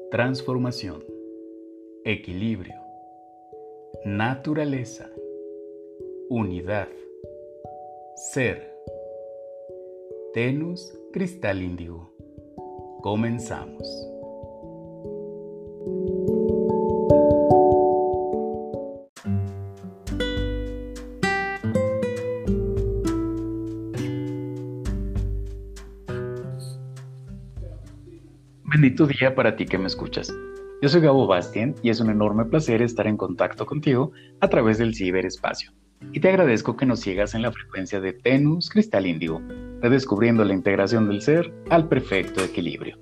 Transformación, equilibrio, naturaleza, unidad, ser. Tenus Cristal Índigo. Comenzamos. Bendito día para ti que me escuchas. Yo soy Gabo Bastien y es un enorme placer estar en contacto contigo a través del ciberespacio. Y te agradezco que nos sigas en la frecuencia de Tenus Cristal Índigo, redescubriendo la integración del ser al perfecto equilibrio.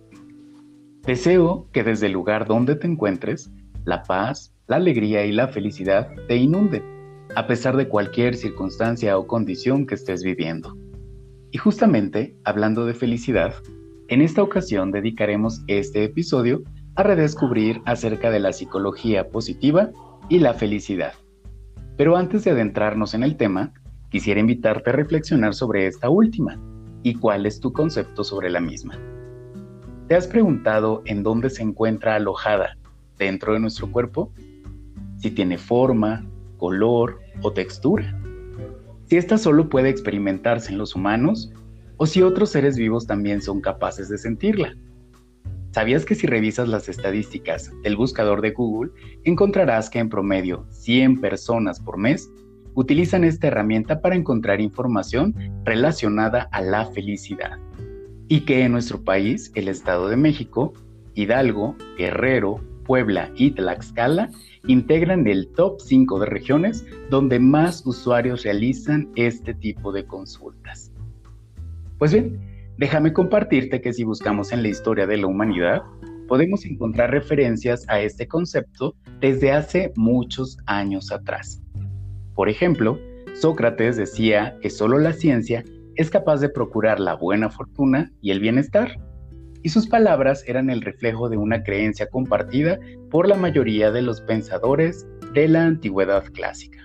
Deseo que desde el lugar donde te encuentres, la paz, la alegría y la felicidad te inunden, a pesar de cualquier circunstancia o condición que estés viviendo. Y justamente, hablando de felicidad, en esta ocasión dedicaremos este episodio a redescubrir acerca de la psicología positiva y la felicidad. Pero antes de adentrarnos en el tema, quisiera invitarte a reflexionar sobre esta última y cuál es tu concepto sobre la misma. ¿Te has preguntado en dónde se encuentra alojada dentro de nuestro cuerpo? Si tiene forma, color o textura. Si esta solo puede experimentarse en los humanos o si otros seres vivos también son capaces de sentirla. ¿Sabías que si revisas las estadísticas del buscador de Google, encontrarás que en promedio 100 personas por mes utilizan esta herramienta para encontrar información relacionada a la felicidad? Y que en nuestro país, el Estado de México, Hidalgo, Guerrero, Puebla y Tlaxcala integran el top 5 de regiones donde más usuarios realizan este tipo de consultas. Pues bien, déjame compartirte que si buscamos en la historia de la humanidad, podemos encontrar referencias a este concepto desde hace muchos años atrás. Por ejemplo, Sócrates decía que solo la ciencia es capaz de procurar la buena fortuna y el bienestar, y sus palabras eran el reflejo de una creencia compartida por la mayoría de los pensadores de la antigüedad clásica.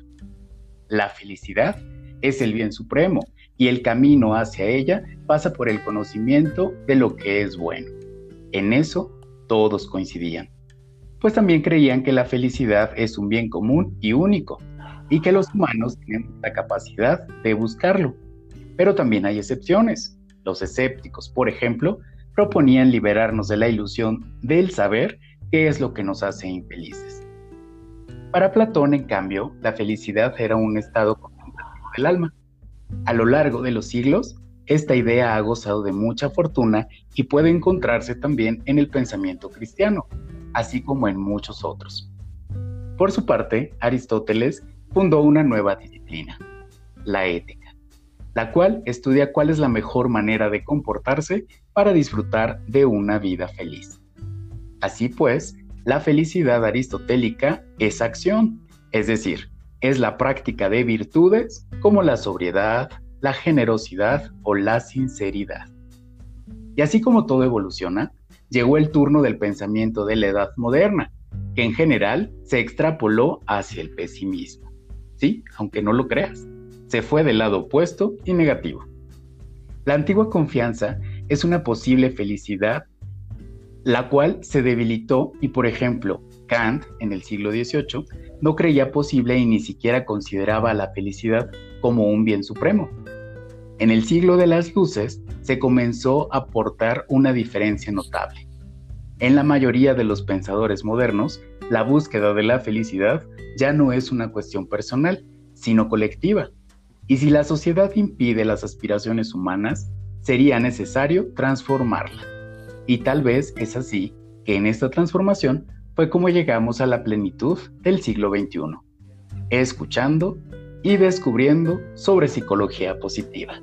La felicidad es el bien supremo, y el camino hacia ella pasa por el conocimiento de lo que es bueno. En eso todos coincidían, pues también creían que la felicidad es un bien común y único, y que los humanos tienen la capacidad de buscarlo. Pero también hay excepciones. Los escépticos, por ejemplo, proponían liberarnos de la ilusión del saber qué es lo que nos hace infelices. Para Platón, en cambio, la felicidad era un estado contemplativo del alma. A lo largo de los siglos, esta idea ha gozado de mucha fortuna y puede encontrarse también en el pensamiento cristiano, así como en muchos otros. Por su parte, Aristóteles fundó una nueva disciplina, la ética, la cual estudia cuál es la mejor manera de comportarse para disfrutar de una vida feliz. Así pues, la felicidad aristotélica es acción, es decir, es la práctica de virtudes como la sobriedad, la generosidad o la sinceridad. Y así como todo evoluciona, llegó el turno del pensamiento de la edad moderna, que en general se extrapoló hacia el pesimismo. Sí, aunque no lo creas, se fue del lado opuesto y negativo. La antigua confianza es una posible felicidad, la cual se debilitó y, por ejemplo, Kant, en el siglo XVIII, no creía posible y ni siquiera consideraba la felicidad como un bien supremo. En el siglo de las luces se comenzó a aportar una diferencia notable. En la mayoría de los pensadores modernos, la búsqueda de la felicidad ya no es una cuestión personal, sino colectiva. Y si la sociedad impide las aspiraciones humanas, sería necesario transformarla. Y tal vez es así que en esta transformación fue como llegamos a la plenitud del siglo XXI, escuchando y descubriendo sobre psicología positiva.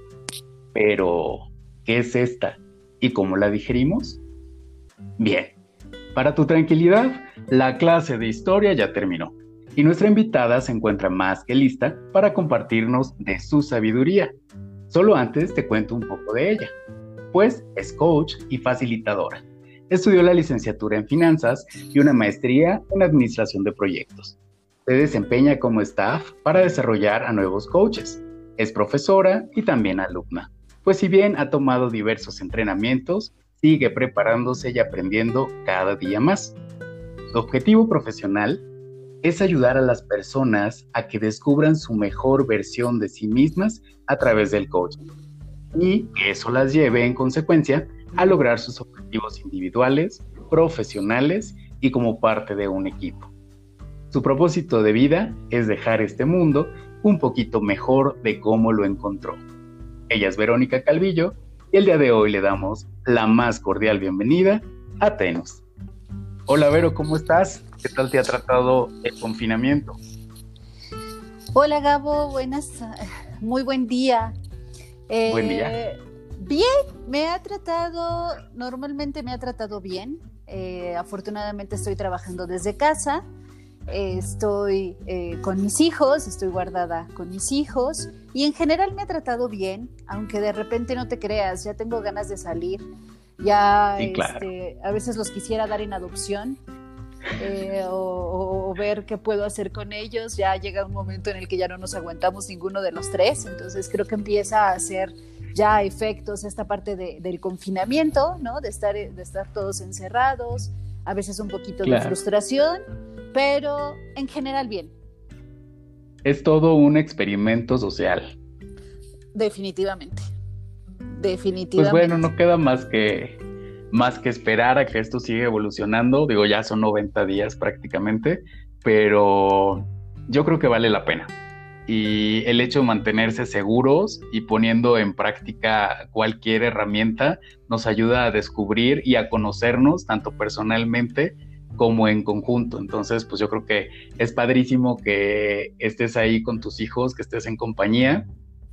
Pero, ¿qué es esta? ¿Y cómo la digerimos? Bien, para tu tranquilidad, la clase de historia ya terminó, y nuestra invitada se encuentra más que lista para compartirnos de su sabiduría. Solo antes te cuento un poco de ella, pues es coach y facilitadora. Estudió la licenciatura en finanzas y una maestría en administración de proyectos. Se desempeña como staff para desarrollar a nuevos coaches. Es profesora y también alumna, pues si bien ha tomado diversos entrenamientos, sigue preparándose y aprendiendo cada día más. Su objetivo profesional es ayudar a las personas a que descubran su mejor versión de sí mismas a través del coaching y que eso las lleve en consecuencia a lograr sus objetivos individuales, profesionales y como parte de un equipo. Su propósito de vida es dejar este mundo un poquito mejor de cómo lo encontró. Ella es Verónica Calvillo y el día de hoy le damos la más cordial bienvenida a Tenus. Hola Vero, ¿cómo estás? ¿Qué tal te ha tratado el confinamiento? Hola Gabo, muy buen día. Buen día. Bien, normalmente me ha tratado bien. Afortunadamente estoy trabajando desde casa. Estoy con mis hijos, estoy guardada con mis hijos y en general me ha tratado bien, aunque de repente no te creas, ya tengo ganas de salir, ya Sí, claro. A veces los quisiera dar en adopción o ver qué puedo hacer con ellos. Ya llega un momento en el que ya no nos aguantamos ninguno de los tres, entonces creo que empieza a hacer ya efectos esta parte del confinamiento, ¿no? De estar todos encerrados, a veces un poquito de frustración, pero en general bien. Es todo un experimento social. Definitivamente. Pues bueno, no queda más que esperar a que esto siga evolucionando. Digo, ya son 90 días prácticamente, pero yo creo que vale la pena. Y el hecho de mantenerse seguros y poniendo en práctica cualquier herramienta nos ayuda a descubrir y a conocernos tanto personalmente como en conjunto. Entonces, pues yo creo que es padrísimo que estés ahí con tus hijos, que estés en compañía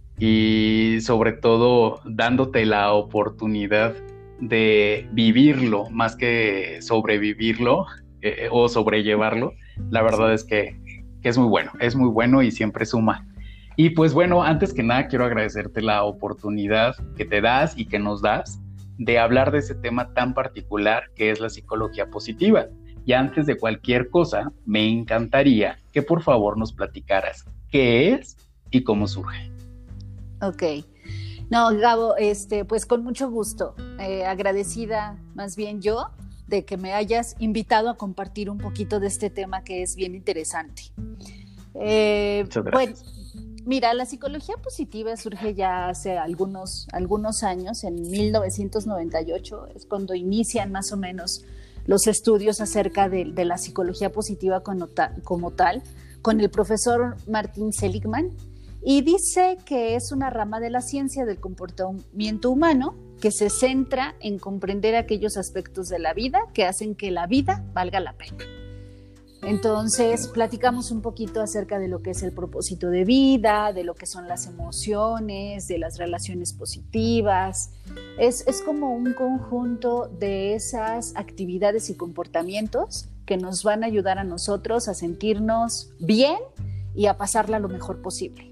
y sobre todo dándote la oportunidad de vivirlo más que sobrevivirlo o sobrellevarlo. La verdad es que es muy bueno y siempre suma. Y pues bueno, antes que nada quiero agradecerte la oportunidad que te das y que nos das de hablar de ese tema tan particular que es la psicología positiva. Y antes de cualquier cosa, me encantaría que por favor nos platicaras qué es y cómo surge. Ok. No, Gabo, pues con mucho gusto. Agradecida más bien yo de que me hayas invitado a compartir un poquito de este tema que es bien interesante. Muchas gracias. Bueno, mira, la psicología positiva surge ya hace algunos años, en 1998, es cuando inician más o menos los estudios acerca de la psicología positiva como tal, con el profesor Martin Seligman, y dice que es una rama de la ciencia del comportamiento humano que se centra en comprender aquellos aspectos de la vida que hacen que la vida valga la pena. Entonces, platicamos un poquito acerca de lo que es el propósito de vida, de lo que son las emociones, de las relaciones positivas. Es como un conjunto de esas actividades y comportamientos que nos van a ayudar a nosotros a sentirnos bien y a pasarla lo mejor posible.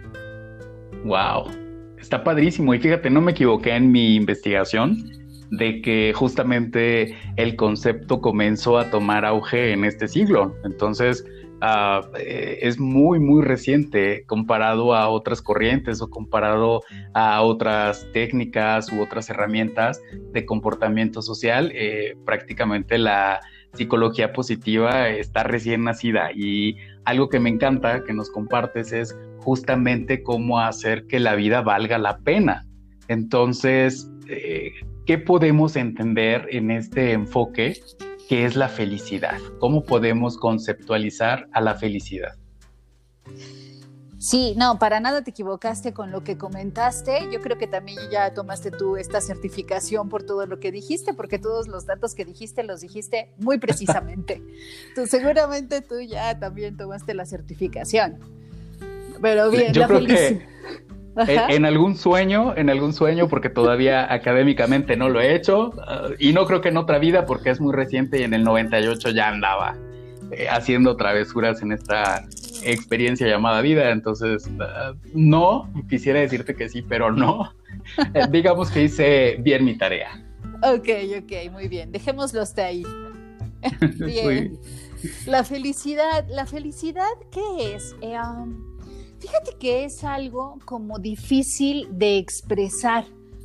¡Wow! Está padrísimo. Y fíjate, no me equivoqué en mi investigación de que justamente el concepto comenzó a tomar auge en este siglo. Entonces, es muy, muy reciente comparado a otras corrientes o comparado a otras técnicas u otras herramientas de comportamiento social. Prácticamente la psicología positiva está recién nacida y algo que me encanta que nos compartes es justamente cómo hacer que la vida valga la pena. Entonces, ¿qué podemos entender en este enfoque que es la felicidad? ¿Cómo podemos conceptualizar a la felicidad? Sí, no, para nada te equivocaste con lo que comentaste. Yo creo que también ya tomaste tú esta certificación por todo lo que dijiste, porque todos los datos que dijiste los dijiste muy precisamente. Seguramente tú ya también tomaste la certificación. Pero bien, yo creo que en algún sueño, porque todavía académicamente no lo he hecho, y no creo que en otra vida porque es muy reciente y en el 98 ya andaba haciendo travesuras en esta experiencia llamada vida. Entonces, no, quisiera decirte que sí, pero no. Digamos que hice bien mi tarea. Ok, muy bien, dejémoslo hasta ahí. Bien. La felicidad, ¿qué es? Fíjate que es algo como difícil de expresar,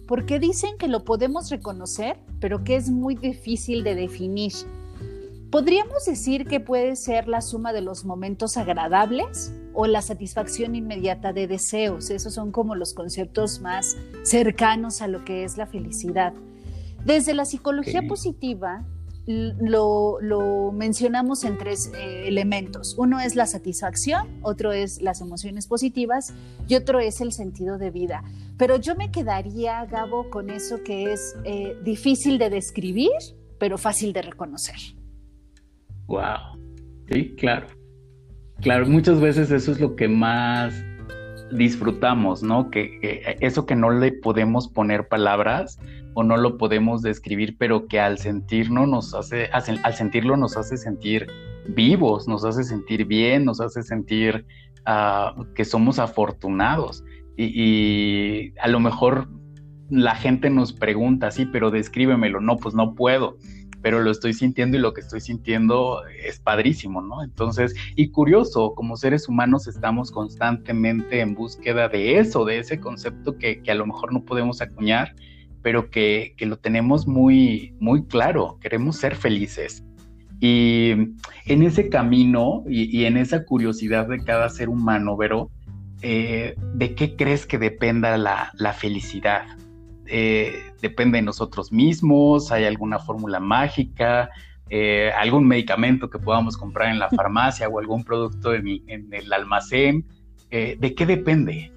porque dicen que lo podemos reconocer, pero que es muy difícil de definir. ¿Podríamos decir que puede ser la suma de los momentos agradables o la satisfacción inmediata de deseos? Esos son como los conceptos más cercanos a lo que es la felicidad. Desde la psicología positiva lo mencionamos en tres elementos. Uno es la satisfacción, otro es las emociones positivas y otro es el sentido de vida. Pero yo me quedaría, Gabo, con eso que es difícil de describir, pero fácil de reconocer. Wow, sí, claro. Claro, muchas veces eso es lo que más disfrutamos, ¿no? Que eso que no le podemos poner palabras o no lo podemos describir, pero que al sentirlo nos hace sentir vivos, nos hace sentir bien, nos hace sentir que somos afortunados. Y a lo mejor la gente nos pregunta, sí, pero descríbemelo. No, pues no puedo, pero lo estoy sintiendo y lo que estoy sintiendo es padrísimo, ¿no? Entonces, y curioso, como seres humanos estamos constantemente en búsqueda de eso, de ese concepto que a lo mejor no podemos acuñar, pero que lo tenemos muy, muy claro, queremos ser felices. Y en ese camino y en esa curiosidad de cada ser humano, Vero, ¿de qué crees que dependa la felicidad? ¿Depende de nosotros mismos? ¿Hay alguna fórmula mágica? ¿Algún medicamento que podamos comprar en la farmacia o algún producto en el almacén? ¿De qué depende?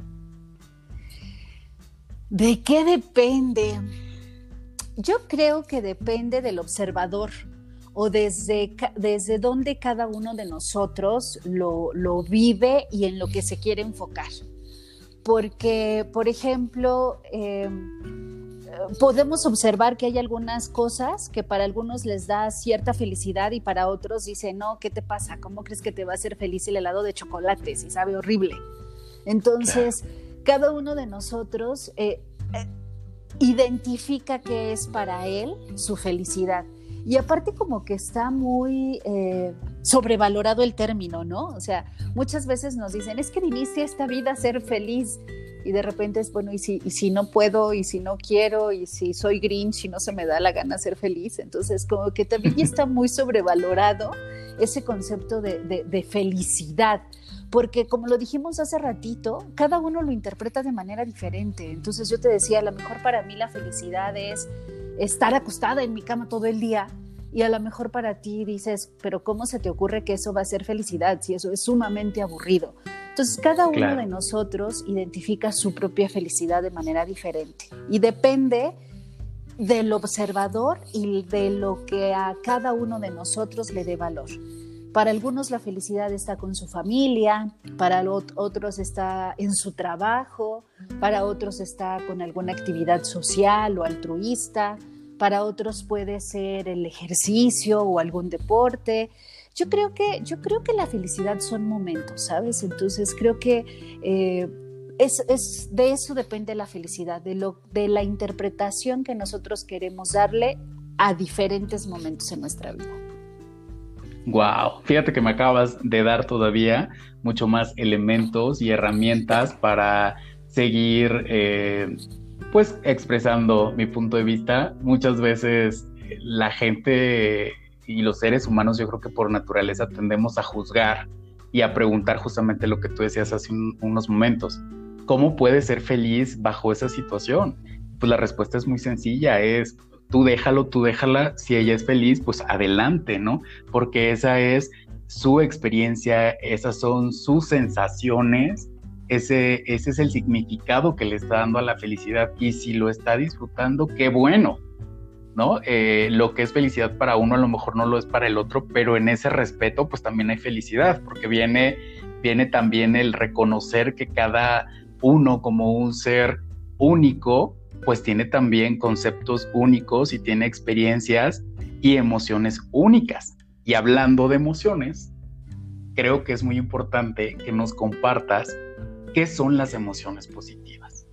¿De qué depende? Yo creo que depende del observador o desde donde cada uno de nosotros lo vive y en lo que se quiere enfocar. Porque, por ejemplo, podemos observar que hay algunas cosas que para algunos les da cierta felicidad y para otros dicen, no, ¿qué te pasa? ¿Cómo crees que te va a hacer feliz el helado de chocolate si sabe horrible? Entonces, cada uno de nosotros identifica qué es para él su felicidad. Y aparte como que está muy sobrevalorado el término, ¿no? O sea, muchas veces nos dicen, es que viniste a esta vida a ser feliz. Y de repente es, bueno, ¿y si no puedo? ¿Y si no quiero? ¿Y si soy Grinch y no se me da la gana ser feliz? Entonces, como que también ya está muy sobrevalorado ese concepto de felicidad. Porque como lo dijimos hace ratito, cada uno lo interpreta de manera diferente. Entonces yo te decía, a lo mejor para mí la felicidad es estar acostada en mi cama todo el día, y a lo mejor para ti dices, pero ¿cómo se te ocurre que eso va a ser felicidad si eso es sumamente aburrido? Entonces cada uno de nosotros identifica su propia felicidad de manera diferente y depende del observador y de lo que a cada uno de nosotros le dé valor. Para algunos la felicidad está con su familia, para otros está en su trabajo, para otros está con alguna actividad social o altruista, para otros puede ser el ejercicio o algún deporte. Yo creo que la felicidad son momentos, ¿sabes? Entonces creo que de eso depende la felicidad, de la interpretación que nosotros queremos darle a diferentes momentos en nuestra vida. Wow, fíjate que me acabas de dar todavía mucho más elementos y herramientas para seguir pues expresando mi punto de vista. Muchas veces la gente y los seres humanos, yo creo que por naturaleza tendemos a juzgar y a preguntar justamente lo que tú decías hace unos momentos. ¿Cómo puedes ser feliz bajo esa situación? Pues la respuesta es muy sencilla, es tú déjala, si ella es feliz, pues adelante, ¿no? Porque esa es su experiencia, esas son sus sensaciones, ese es el significado que le está dando a la felicidad, y si lo está disfrutando, qué bueno, ¿no? Lo que es felicidad para uno a lo mejor no lo es para el otro, pero en ese respeto pues también hay felicidad, porque viene también el reconocer que cada uno como un ser único pues tiene también conceptos únicos y tiene experiencias y emociones únicas. Y hablando de emociones, creo que es muy importante que nos compartas qué son las emociones positivas.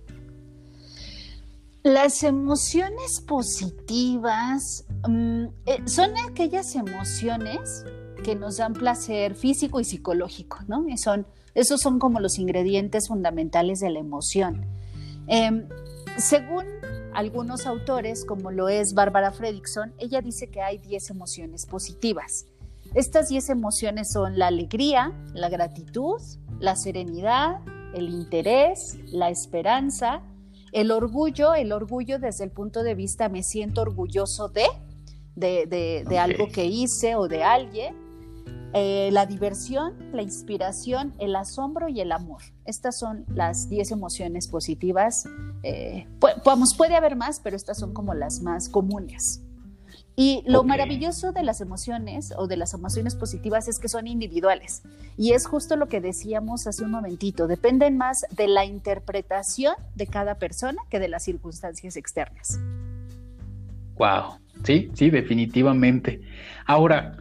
Las emociones positivas son aquellas emociones que nos dan placer físico y psicológico, ¿no? Esos son como los ingredientes fundamentales de la emoción. Según algunos autores, como lo es Barbara Fredrickson, ella dice que hay 10 emociones positivas. Estas 10 emociones son la alegría, la gratitud, la serenidad, el interés, la esperanza, el orgullo desde el punto de vista me siento orgulloso de algo que hice o de alguien, la diversión, la inspiración, el asombro y el amor. Estas son las 10 emociones positivas. Puede haber más, pero estas son como las más comunes. Y lo maravilloso de las emociones o de las emociones positivas es que son individuales. Y es justo lo que decíamos hace un momentito. Dependen más de la interpretación de cada persona que de las circunstancias externas. Wow, sí, definitivamente. Ahora,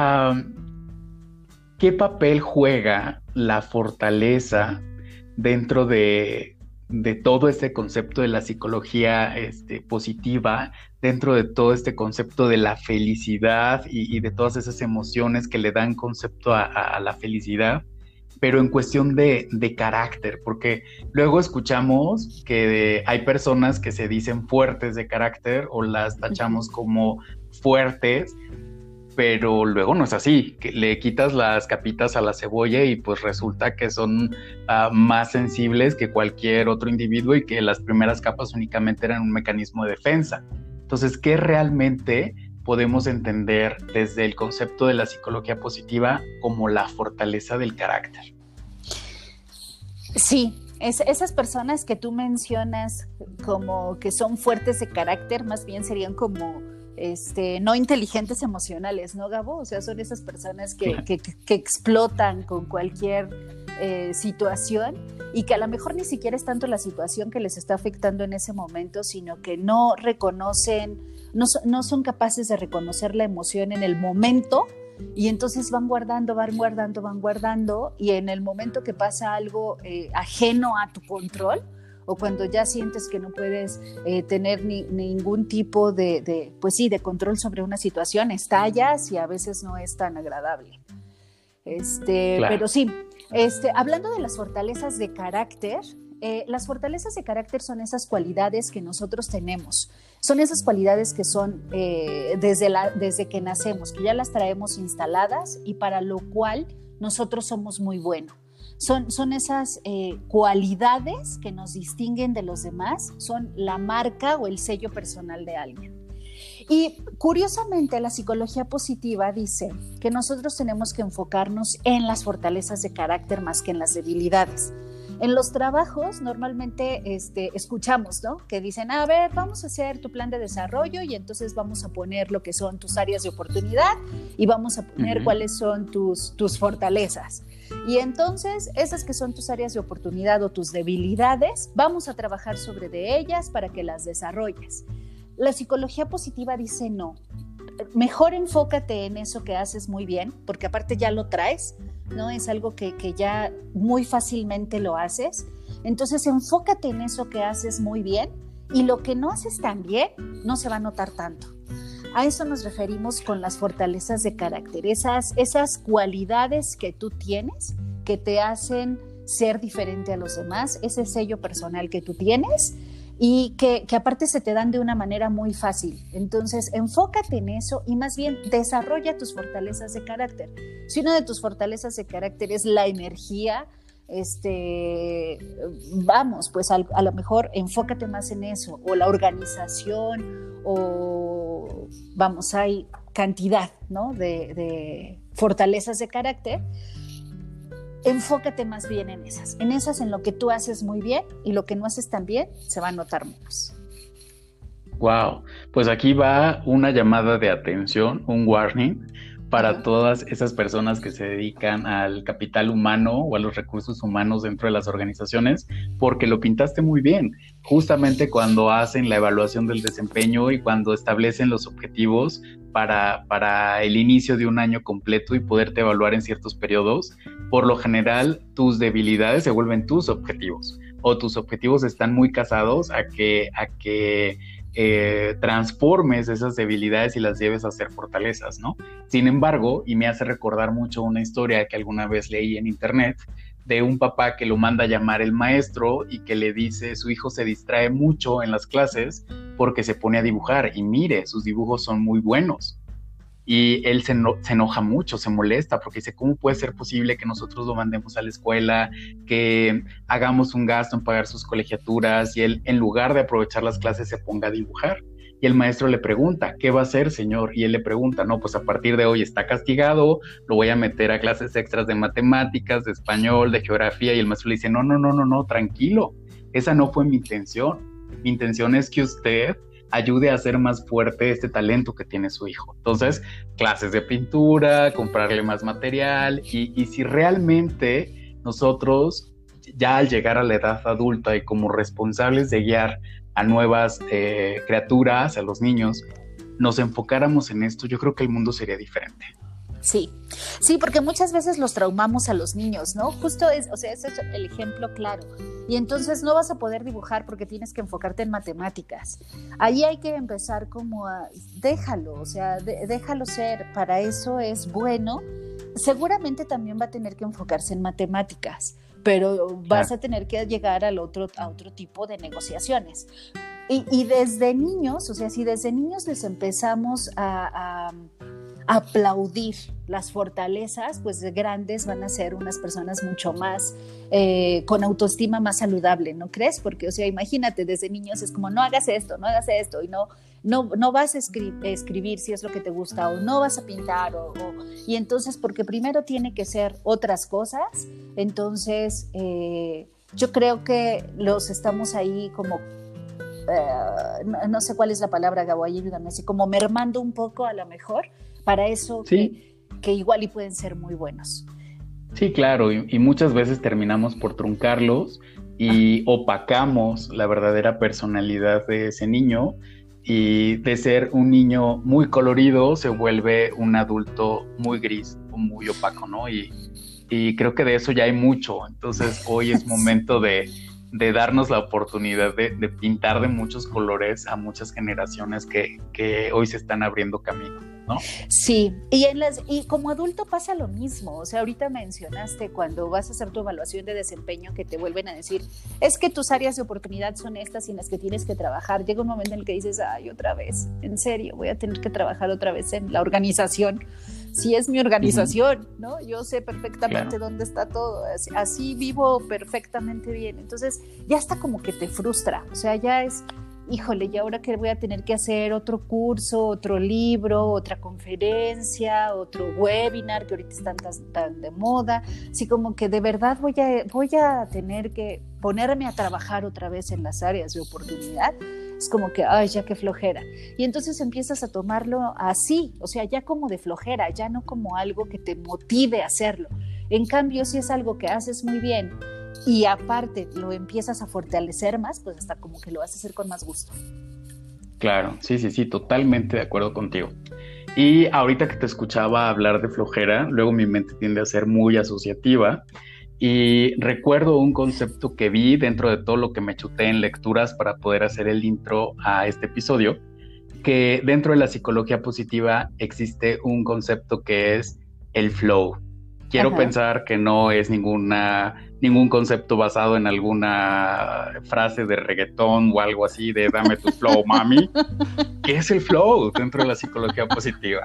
¿qué papel juega la fortaleza dentro de todo este concepto de la psicología positiva, dentro de todo este concepto de la felicidad y de todas esas emociones que le dan concepto a la felicidad, pero en cuestión de carácter? Porque luego escuchamos que hay personas que se dicen fuertes de carácter o las tachamos como fuertes, pero luego no es así, que le quitas las capitas a la cebolla y pues resulta que son más sensibles que cualquier otro individuo y que las primeras capas únicamente eran un mecanismo de defensa. Entonces, ¿qué realmente podemos entender desde el concepto de la psicología positiva como la fortaleza del carácter? Sí, esas personas que tú mencionas como que son fuertes de carácter, más bien serían como no inteligentes emocionales, ¿no, Gabo? O sea, son esas personas que explotan con cualquier situación y que a lo mejor ni siquiera es tanto la situación que les está afectando en ese momento, sino que no reconocen, no son capaces de reconocer la emoción en el momento y entonces van guardando y en el momento que pasa algo ajeno a tu control, o cuando ya sientes que no puedes tener ningún tipo de control sobre una situación, estallas y a veces no es tan agradable. Claro. Pero sí, hablando de las fortalezas de carácter, las fortalezas de carácter son esas cualidades que nosotros tenemos, son esas cualidades que son desde que nacemos, que ya las traemos instaladas y para lo cual nosotros somos muy buenos. Son esas cualidades que nos distinguen de los demás, son la marca o el sello personal de alguien. Y curiosamente la psicología positiva dice que nosotros tenemos que enfocarnos en las fortalezas de carácter más que en las debilidades. En los trabajos normalmente escuchamos, ¿no? Que dicen, a ver, vamos a hacer tu plan de desarrollo y entonces vamos a poner lo que son tus áreas de oportunidad y vamos a poner cuáles son tus fortalezas. Y entonces esas que son tus áreas de oportunidad o tus debilidades, vamos a trabajar sobre de ellas para que las desarrolles. La psicología positiva dice no, mejor enfócate en eso que haces muy bien, porque aparte ya lo traes, ¿no? Es algo que ya muy fácilmente lo haces. Entonces enfócate en eso que haces muy bien y lo que no haces tan bien no se va a notar tanto. A eso nos referimos con las fortalezas de carácter, esas cualidades que tú tienes que te hacen ser diferente a los demás, ese sello personal que tú tienes y que aparte se te dan de una manera muy fácil. Entonces, enfócate en eso y más bien desarrolla tus fortalezas de carácter. Si una de tus fortalezas de carácter es la energía, vamos, pues a lo mejor enfócate más en eso, o la organización, o vamos, hay cantidad, ¿no? de fortalezas de carácter. Enfócate más bien en esas en lo que tú haces muy bien y lo que no haces tan bien se va a notar menos. Wow, pues aquí va una llamada de atención, un warning para todas esas personas que se dedican al capital humano o a los recursos humanos dentro de las organizaciones, porque lo pintaste muy bien. Justamente cuando hacen la evaluación del desempeño y cuando establecen los objetivos para el inicio de un año completo y poderte evaluar en ciertos periodos, por lo general tus debilidades se vuelven tus objetivos o tus objetivos están muy casados a que transformes esas debilidades y las lleves a ser fortalezas, ¿no? Sin embargo, y me hace recordar mucho una historia que alguna vez leí en internet, de un papá que lo manda a llamar el maestro y que le dice, su hijo se distrae mucho en las clases porque se pone a dibujar y mire, sus dibujos son muy buenos. Y él se enoja mucho, se molesta, porque dice, ¿cómo puede ser posible que nosotros lo mandemos a la escuela, que hagamos un gasto en pagar sus colegiaturas y él, en lugar de aprovechar las clases, se ponga a dibujar? Y el maestro le pregunta, ¿qué va a hacer, señor? Y él le pregunta, no, pues a partir de hoy está castigado, lo voy a meter a clases extras de matemáticas, de español, de geografía. Y el maestro le dice, no, no, no, no, no, tranquilo, esa no fue mi intención. Mi intención es que usted ayude a hacer más fuerte este talento que tiene su hijo. Entonces, clases de pintura, comprarle más material, y si realmente nosotros, ya al llegar a la edad adulta y como responsables de guiar a nuevas criaturas, a los niños, nos enfocáramos en esto, yo creo que el mundo sería diferente. Sí, sí, porque muchas veces los traumamos a los niños, ¿no? Justo ese es el ejemplo claro. Y entonces no vas a poder dibujar porque tienes que enfocarte en matemáticas. Ahí hay que empezar como déjalo, o sea, déjalo ser, para eso es bueno. Seguramente también va a tener que enfocarse en matemáticas, pero vas a tener que llegar a otro tipo de negociaciones. Y desde niños, o sea, si desde niños les empezamos a aplaudir las fortalezas, pues de grandes van a ser unas personas mucho más con autoestima más saludable, ¿no crees? Porque, o sea, imagínate, desde niños es como, no hagas esto, y no vas a escribir si es lo que te gusta, o no vas a pintar, y entonces, porque primero tiene que ser otras cosas, entonces yo creo que los estamos ahí como, no sé cuál es la palabra, Gabo, ahí ayúdame, así como mermando un poco a lo mejor, para eso sí. que igual y pueden ser muy buenos. Sí, claro, y muchas veces terminamos por truncarlos y opacamos la verdadera personalidad de ese niño, y de ser un niño muy colorido se vuelve un adulto muy gris o muy opaco, ¿no? Y creo que de eso ya hay mucho, entonces hoy es momento de darnos la oportunidad de pintar de muchos colores a muchas generaciones que hoy se están abriendo camino, ¿no? Sí, y como adulto pasa lo mismo. O sea, ahorita mencionaste cuando vas a hacer tu evaluación de desempeño que te vuelven a decir, es que tus áreas de oportunidad son estas en las que tienes que trabajar. Llega un momento en el que dices, ay, otra vez, en serio, voy a tener que trabajar otra vez en la organización. Si es mi organización, ¿no? Yo sé perfectamente dónde está todo, así vivo perfectamente bien. Entonces ya está como que te frustra, o sea, ya es, híjole, ¿y ahora qué voy a tener que hacer? Otro curso, otro libro, otra conferencia, otro webinar que ahorita están tan de moda. Así como que de verdad voy a tener que ponerme a trabajar otra vez en las áreas de oportunidad. Es como que, ay, ya qué flojera. Y entonces empiezas a tomarlo así, o sea, ya como de flojera, ya no como algo que te motive a hacerlo. En cambio, si es algo que haces muy bien y aparte lo empiezas a fortalecer más, pues hasta como que lo vas a hacer con más gusto. Claro, sí, totalmente de acuerdo contigo. Y ahorita que te escuchaba hablar de flojera, luego mi mente tiende a ser muy asociativa. Y recuerdo un concepto que vi dentro de todo lo que me chuté en lecturas para poder hacer el intro a este episodio, que dentro de la psicología positiva existe un concepto que es el flow. Quiero pensar que no es ningún concepto basado en alguna frase de reggaetón o algo así de dame tu flow, mami. ¿Qué es el flow dentro de la psicología positiva?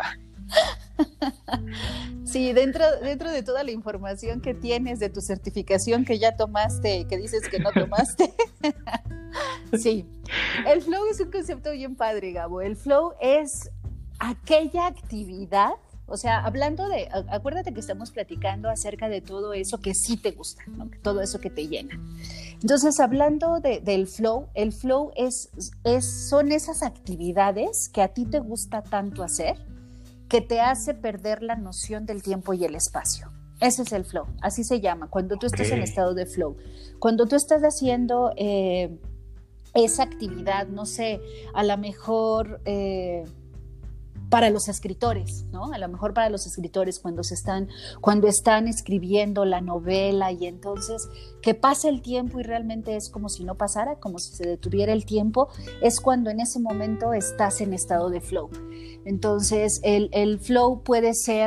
Sí, dentro de toda la información que tienes de tu certificación que ya tomaste, que dices que no tomaste. Sí, el flow es un concepto bien padre, Gabo. El flow es aquella actividad, o sea, hablando de, acuérdate que estamos platicando acerca de todo eso que sí te gusta, ¿no? Todo eso que te llena. Entonces, hablando del flow, el flow son esas actividades que a ti te gusta tanto hacer, que te hace perder la noción del tiempo y el espacio. Ese es el flow, así se llama, cuando tú estás en estado de flow. Cuando tú estás haciendo esa actividad, no sé, a lo mejor para los escritores, ¿no? A lo mejor para los escritores cuando están escribiendo la novela y entonces que pasa el tiempo y realmente es como si no pasara, como si se detuviera el tiempo, es cuando en ese momento estás en estado de flow. Entonces el flow puede ser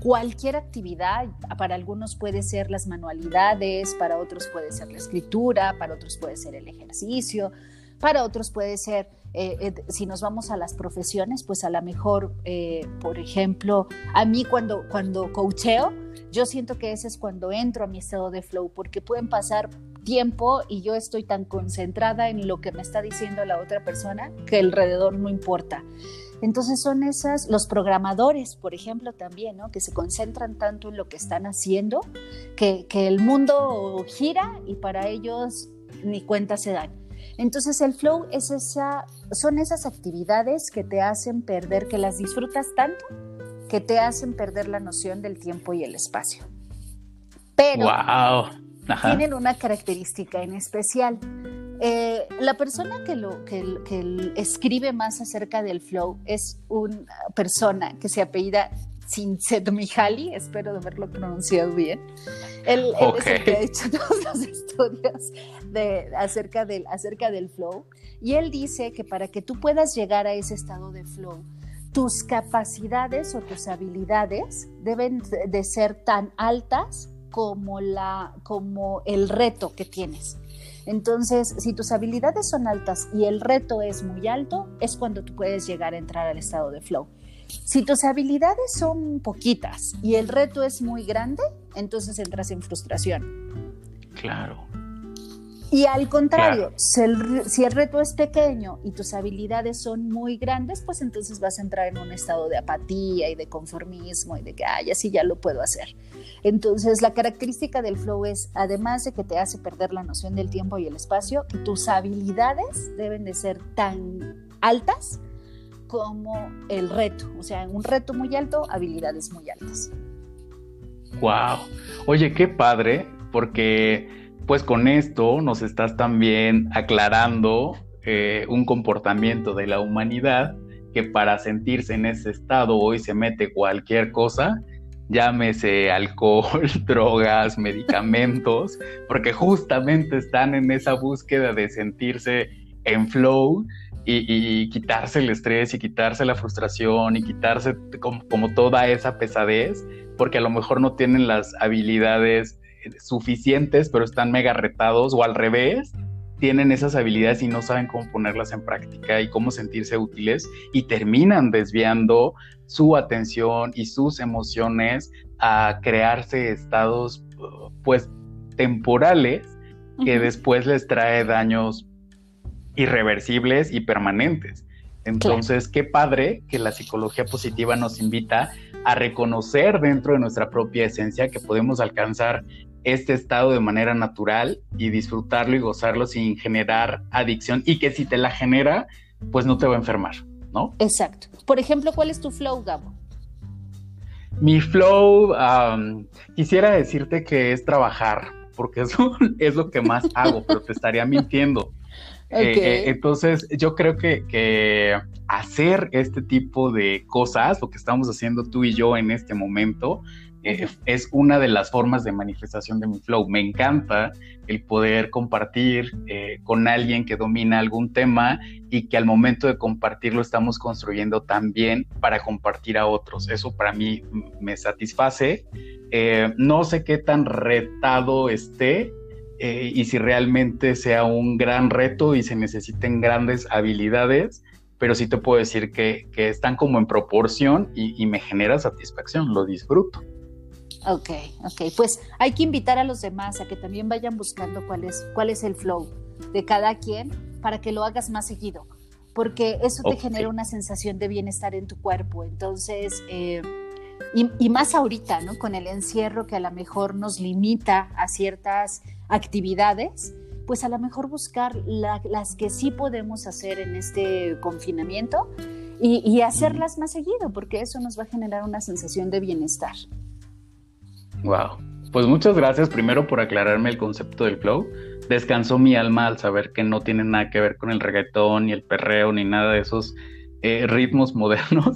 cualquier actividad. Para algunos puede ser las manualidades, para otros puede ser la escritura, para otros puede ser el ejercicio, para otros puede ser, si nos vamos a las profesiones, pues a lo mejor, por ejemplo, a mí cuando coacheo, yo siento que ese es cuando entro a mi estado de flow, porque pueden pasar tiempo y yo estoy tan concentrada en lo que me está diciendo la otra persona que alrededor no importa. Entonces son esas, los programadores, por ejemplo, también, ¿no? Que se concentran tanto en lo que están haciendo, que el mundo gira y para ellos ni cuenta se dan. Entonces el flow son esas actividades que te hacen perder, que las disfrutas tanto, que te hacen perder la noción del tiempo y el espacio. Pero ¡wow! Ajá. Tienen una característica en especial. La persona que escribe más acerca del flow es una persona que se apellida Csikszentmihalyi, espero haberlo pronunciado bien. Él es el que ha hecho todos los estudios acerca del flow, y él dice que para que tú puedas llegar a ese estado de flow, tus capacidades o tus habilidades deben de ser tan altas como el reto que tienes. Entonces, si tus habilidades son altas y el reto es muy alto, es cuando tú puedes llegar a entrar al estado de flow. Si tus habilidades son poquitas y el reto es muy grande, entonces entras en frustración. Claro. Y al contrario, si el reto es pequeño y tus habilidades son muy grandes, pues entonces vas a entrar en un estado de apatía y de conformismo y de que, así ya lo puedo hacer. Entonces, la característica del flow es, además de que te hace perder la noción del tiempo y el espacio, que tus habilidades deben de ser tan altas como el reto. O sea, un reto muy alto, habilidades muy altas. ¡Wow! Oye, qué padre, porque pues con esto nos estás también aclarando un comportamiento de la humanidad que para sentirse en ese estado hoy se mete cualquier cosa, llámese alcohol, drogas, medicamentos, porque justamente están en esa búsqueda de sentirse en flow y quitarse el estrés y quitarse la frustración y quitarse como toda esa pesadez, porque a lo mejor no tienen las habilidades suficientes, pero están mega retados, o al revés, tienen esas habilidades y no saben cómo ponerlas en práctica y cómo sentirse útiles, y terminan desviando su atención y sus emociones a crearse estados pues temporales que después les trae daños irreversibles y permanentes. Entonces, qué padre que la psicología positiva nos invita a reconocer dentro de nuestra propia esencia que podemos alcanzar este estado de manera natural y disfrutarlo y gozarlo sin generar adicción, y que si te la genera, pues no te va a enfermar, ¿no? Exacto. Por ejemplo, ¿cuál es tu flow, Gabo? Mi flow, quisiera decirte que es trabajar, porque eso es lo que más hago, pero te estaría mintiendo. Okay. Entonces, yo creo que hacer este tipo de cosas, lo que estamos haciendo tú y yo en este momento, es una de las formas de manifestación de mi flow. Me encanta el poder compartir con alguien que domina algún tema y que al momento de compartirlo estamos construyendo también para compartir a otros. Eso para mí me satisface. No sé qué tan retado esté y si realmente sea un gran reto y se necesiten grandes habilidades, pero sí te puedo decir que están como en proporción y me genera satisfacción, lo disfruto. Ok, pues hay que invitar a los demás a que también vayan buscando cuál es el flow de cada quien para que lo hagas más seguido, porque eso te genera una sensación de bienestar en tu cuerpo. Entonces, y más ahorita, ¿no? Con el encierro que a lo mejor nos limita a ciertas actividades, pues a lo mejor buscar las que sí podemos hacer en este confinamiento y hacerlas más seguido, porque eso nos va a generar una sensación de bienestar. Wow, pues muchas gracias primero por aclararme el concepto del flow. Descansó mi alma al saber que no tiene nada que ver con el reggaetón, ni el perreo, ni nada de esos ritmos modernos.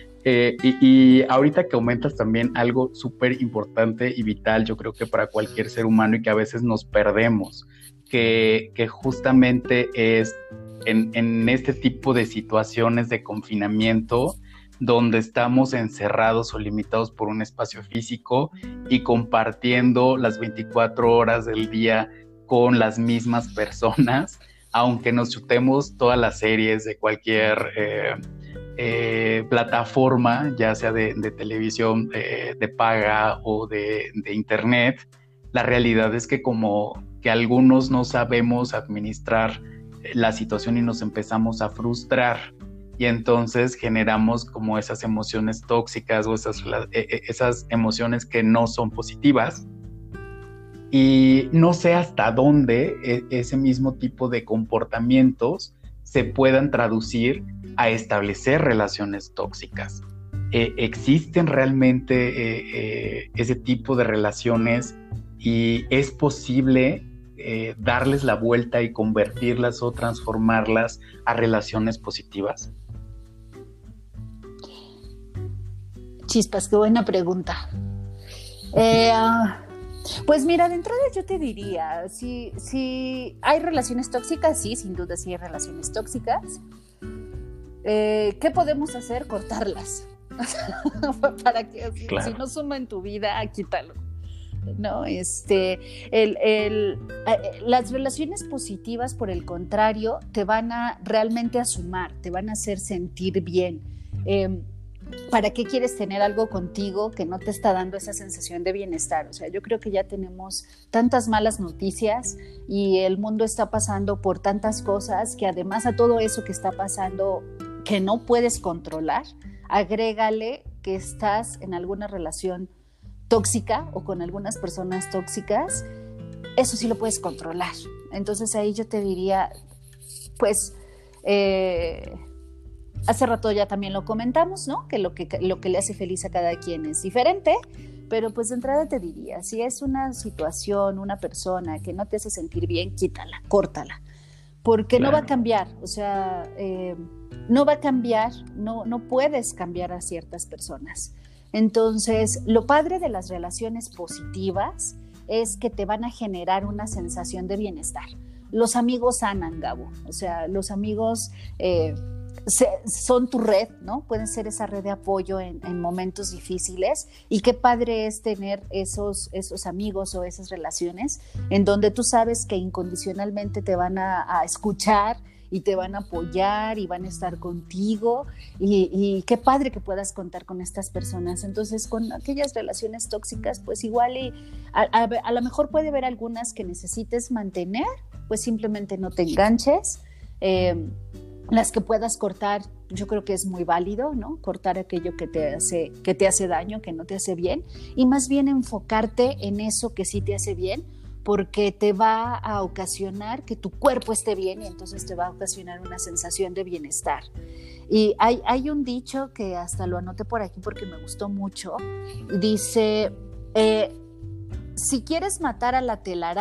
Y ahorita que aumentas también algo súper importante y vital, yo creo que para cualquier ser humano, y que a veces nos perdemos, que justamente es en este tipo de situaciones de confinamiento donde estamos encerrados o limitados por un espacio físico y compartiendo las 24 horas del día con las mismas personas, aunque nos chutemos todas las series de cualquier plataforma, ya sea de televisión de paga o de internet. La realidad es que como que algunos no sabemos administrar la situación y nos empezamos a frustrar, y entonces generamos como esas emociones tóxicas o esas emociones que no son positivas. Y no sé hasta dónde ese mismo tipo de comportamientos se puedan traducir a establecer relaciones tóxicas. ¿Existen realmente ese tipo de relaciones y es posible darles la vuelta y convertirlas o transformarlas a relaciones positivas? Chispas, qué buena pregunta. Pues mira, de entrada yo te diría, si hay relaciones tóxicas, sí, sin duda sí hay relaciones tóxicas. ¿Qué podemos hacer? Cortarlas. Para que claro. Si no suma en tu vida, quítalo. ¿No? Las relaciones positivas, por el contrario, te van a realmente a sumar, te van a hacer sentir bien. ¿Para qué quieres tener algo contigo que no te está dando esa sensación de bienestar? O sea, yo creo que ya tenemos tantas malas noticias y el mundo está pasando por tantas cosas que además a todo eso que está pasando que no puedes controlar, agrégale que estás en alguna relación tóxica o con algunas personas tóxicas, eso sí lo puedes controlar. Entonces ahí yo te diría, pues, hace rato ya también lo comentamos, ¿no? Que lo que le hace feliz a cada quien es diferente, pero pues de entrada te diría, si es una situación, una persona que no te hace sentir bien, quítala, córtala, porque claro. No va a cambiar, o sea, no va a cambiar, no puedes cambiar a ciertas personas. Entonces, lo padre de las relaciones positivas es que te van a generar una sensación de bienestar. Los amigos sanan, Gabo, o sea, los amigos son tu red, ¿no? Pueden ser esa red de apoyo en momentos difíciles, y qué padre es tener esos amigos o esas relaciones en donde tú sabes que incondicionalmente te van a escuchar y te van a apoyar y van a estar contigo, y qué padre que puedas contar con estas personas. Entonces, con aquellas relaciones tóxicas, pues igual y a lo mejor puede haber algunas que necesites mantener, pues simplemente no te enganches. Las que puedas cortar, yo creo que es muy válido, ¿no? Cortar aquello que te hace daño, que no te hace bien, y más bien enfocarte en eso que sí te hace bien, porque te va a ocasionar que tu cuerpo esté bien, y entonces te va a ocasionar una sensación de bienestar. Y hay un dicho que hasta lo anoté por aquí porque me gustó mucho. Dice, si quieres matar a la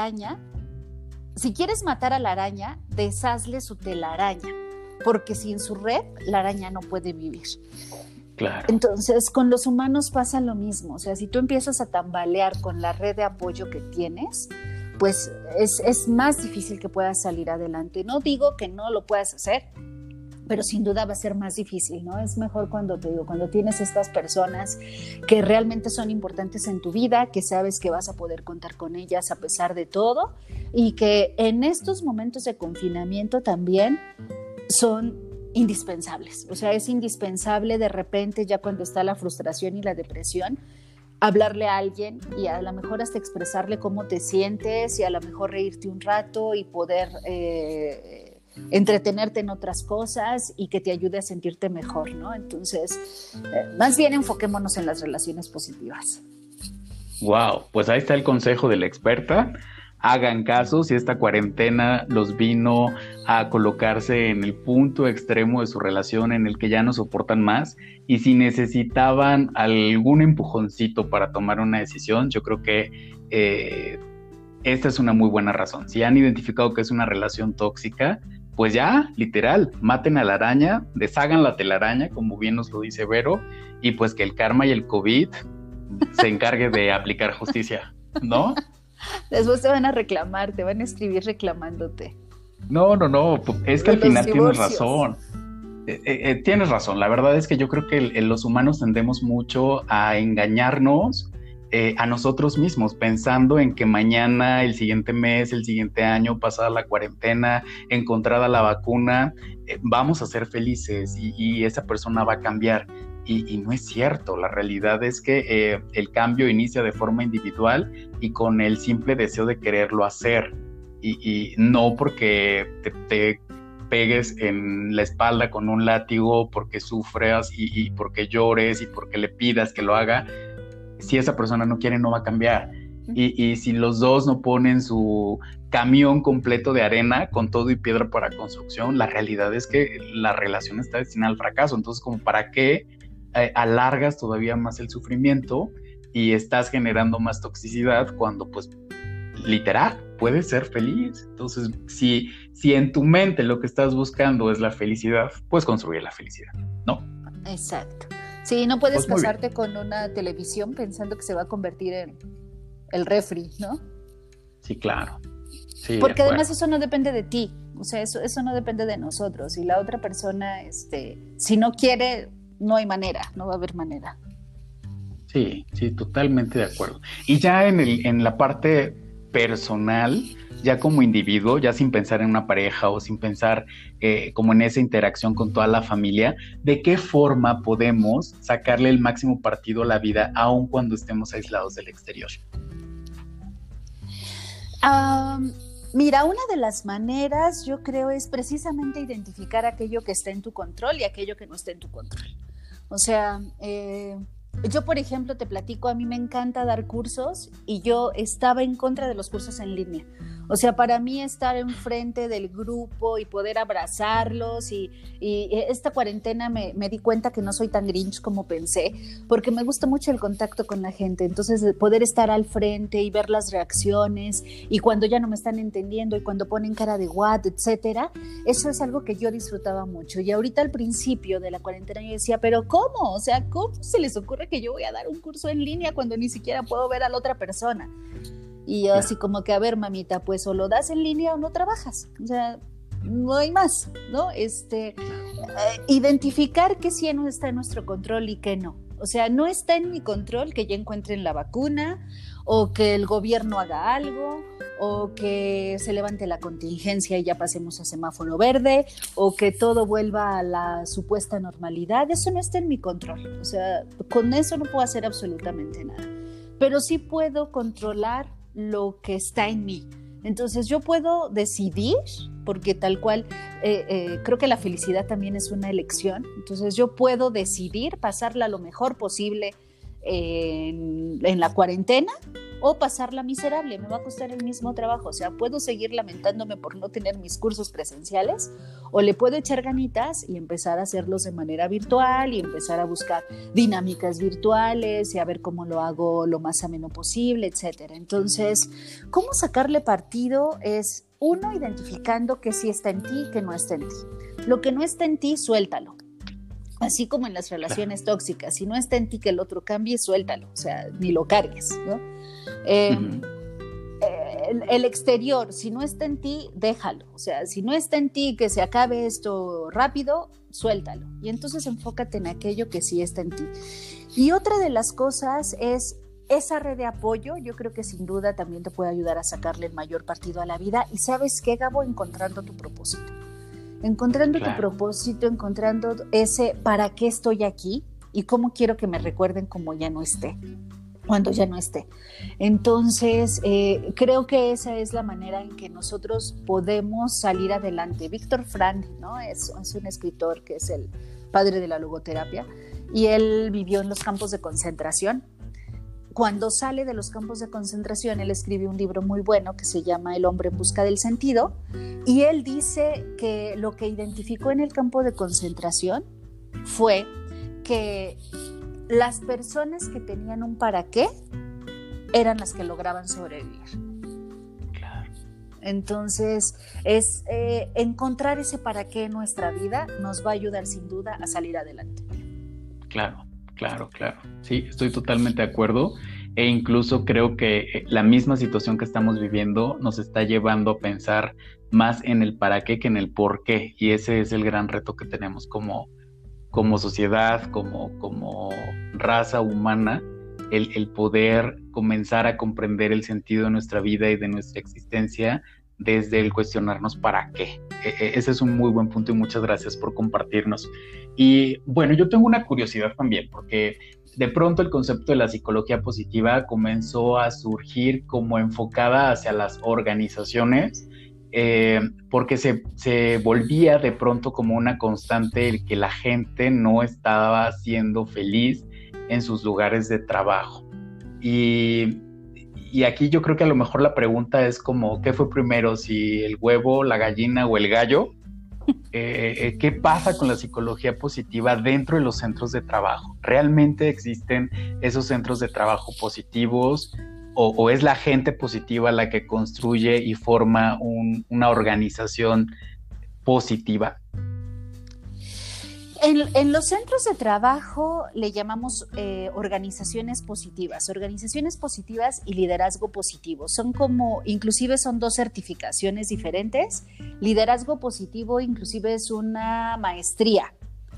araña, deshazle su telaraña, porque sin su red, la araña no puede vivir. Claro. Entonces, con los humanos pasa lo mismo. O sea, si tú empiezas a tambalear con la red de apoyo que tienes, pues es más difícil que puedas salir adelante. No digo que no lo puedas hacer, pero sin duda va a ser más difícil, ¿no? Es mejor cuando tienes estas personas que realmente son importantes en tu vida, que sabes que vas a poder contar con ellas a pesar de todo, y que en estos momentos de confinamiento también son indispensables. O sea, es indispensable de repente, ya cuando está la frustración y la depresión, hablarle a alguien y a lo mejor hasta expresarle cómo te sientes, y a lo mejor reírte un rato y poder entretenerte en otras cosas y que te ayude a sentirte mejor, ¿no? Entonces, más bien enfoquémonos en las relaciones positivas. Wow, pues ahí está el consejo de la experta. Hagan caso, si esta cuarentena los vino a colocarse en el punto extremo de su relación en el que ya no soportan más, y si necesitaban algún empujoncito para tomar una decisión, yo creo que esta es una muy buena razón. Si han identificado que es una relación tóxica, pues ya, literal, maten a la araña, deshagan la telaraña, como bien nos lo dice Vero, y pues que el karma y el COVID se encargue de aplicar justicia, ¿no? Después te van a reclamar, te van a escribir reclamándote. No, es que al final tienes razón. Tienes razón, la verdad es que yo creo que los humanos tendemos mucho a engañarnos a nosotros mismos, pensando en que mañana, el siguiente mes, el siguiente año, pasada la cuarentena, encontrada la vacuna, vamos a ser felices y esa persona va a cambiar. Y no es cierto, la realidad es que el cambio inicia de forma individual y con el simple deseo de quererlo hacer. Y no porque te pegues en la espalda con un látigo, porque sufras y porque llores y porque le pidas que lo haga. Si esa persona no quiere, no va a cambiar. Y si los dos no ponen su camión completo de arena con todo y piedra para construcción, la realidad es que la relación está destinada al fracaso. Entonces, como para qué alargas todavía más el sufrimiento y estás generando más toxicidad cuando, pues, literal, puedes ser feliz. Entonces, si en tu mente lo que estás buscando es la felicidad, pues construye la felicidad, ¿no? Exacto. Sí, no puedes Pues casarte con una televisión pensando que se va a convertir en el refri, ¿no? Sí, claro. Sí, porque además eso no depende de ti, o sea, eso no depende de nosotros. Y la otra persona, si no quiere, no hay manera, no va a haber manera. Sí, totalmente de acuerdo. Y ya en la parte personal, ya como individuo, ya sin pensar en una pareja o sin pensar como en esa interacción con toda la familia, ¿de qué forma podemos sacarle el máximo partido a la vida aun cuando estemos aislados del exterior? Mira, una de las maneras, yo creo, es precisamente identificar aquello que está en tu control y aquello que no está en tu control. O sea, yo, por ejemplo, te platico, a mí me encanta dar cursos y yo estaba en contra de los cursos en línea. O sea, para mí estar enfrente del grupo y poder abrazarlos y esta cuarentena me di cuenta que no soy tan grinch como pensé, porque me gusta mucho el contacto con la gente. Entonces, poder estar al frente y ver las reacciones y cuando ya no me están entendiendo y cuando ponen cara de what, etcétera, eso es algo que yo disfrutaba mucho. Y ahorita al principio de la cuarentena yo decía, ¿pero cómo? O sea, ¿cómo se les ocurre que yo voy a dar un curso en línea cuando ni siquiera puedo ver a la otra persona? Y yo así como que, a ver, mamita, pues o lo das en línea o no trabajas. O sea, no hay más, ¿no? Identificar qué sí no está en nuestro control y qué no. O sea, no está en mi control que ya encuentren la vacuna o que el gobierno haga algo o que se levante la contingencia y ya pasemos a semáforo verde o que todo vuelva a la supuesta normalidad. Eso no está en mi control. O sea, con eso no puedo hacer absolutamente nada. Pero sí puedo controlar lo que está en mí. Entonces yo puedo decidir, porque tal cual creo que la felicidad también es una elección. Entonces yo puedo decidir pasarla lo mejor posible en la cuarentena o pasarla miserable, me va a costar el mismo trabajo. O sea, puedo seguir lamentándome por no tener mis cursos presenciales o le puedo echar ganitas y empezar a hacerlos de manera virtual y empezar a buscar dinámicas virtuales y a ver cómo lo hago lo más ameno posible, etcétera. Entonces, ¿cómo sacarle partido? Es uno, identificando que sí está en ti y que no está en ti. Lo que no está en ti, suéltalo. Así como en las relaciones tóxicas, si no está en ti que el otro cambie, suéltalo, o sea, ni lo cargues, ¿no? El exterior, si no está en ti, déjalo, o sea, si no está en ti que se acabe esto rápido, suéltalo, y entonces enfócate en aquello que sí está en ti. Y otra de las cosas es esa red de apoyo. Yo creo que sin duda también te puede ayudar a sacarle el mayor partido a la vida, y ¿sabes qué, Gabo? Encontrando tu propósito. Encontrando tu propósito, encontrando ese para qué estoy aquí y cómo quiero que me recuerden cuando ya no esté. Entonces, creo que esa es la manera en que nosotros podemos salir adelante. Viktor Frankl, ¿no? Es un escritor que es el padre de la logoterapia y él vivió en los campos de concentración. Cuando sale de los campos de concentración, él escribe un libro muy bueno que se llama El hombre en busca del sentido, y él dice que lo que identificó en el campo de concentración fue que las personas que tenían un para qué eran las que lograban sobrevivir. Claro. Entonces, es encontrar ese para qué en nuestra vida nos va a ayudar sin duda a salir adelante. Claro. Sí, estoy totalmente de acuerdo. e incluso creo que la misma situación que estamos viviendo nos está llevando a pensar más en el para qué que en el por qué, y ese es el gran reto que tenemos como sociedad, como raza humana, el poder comenzar a comprender el sentido de nuestra vida y de nuestra existencia desde el cuestionarnos para qué. Ese es un muy buen punto y muchas gracias por compartirnos. Y bueno, yo tengo una curiosidad también, porque de pronto el concepto de la psicología positiva comenzó a surgir como enfocada hacia las organizaciones, porque se volvía de pronto como una constante el que la gente no estaba siendo feliz en sus lugares de trabajo. Y, y aquí yo creo que a lo mejor la pregunta es como, ¿qué fue primero? ¿Si el huevo, la gallina o el gallo? ¿Qué pasa con la psicología positiva dentro de los centros de trabajo? ¿Realmente existen esos centros de trabajo positivos o es la gente positiva la que construye y forma una organización positiva? En los centros de trabajo le llamamos organizaciones positivas y liderazgo positivo. Son como, inclusive son dos certificaciones diferentes. Liderazgo positivo inclusive es una maestría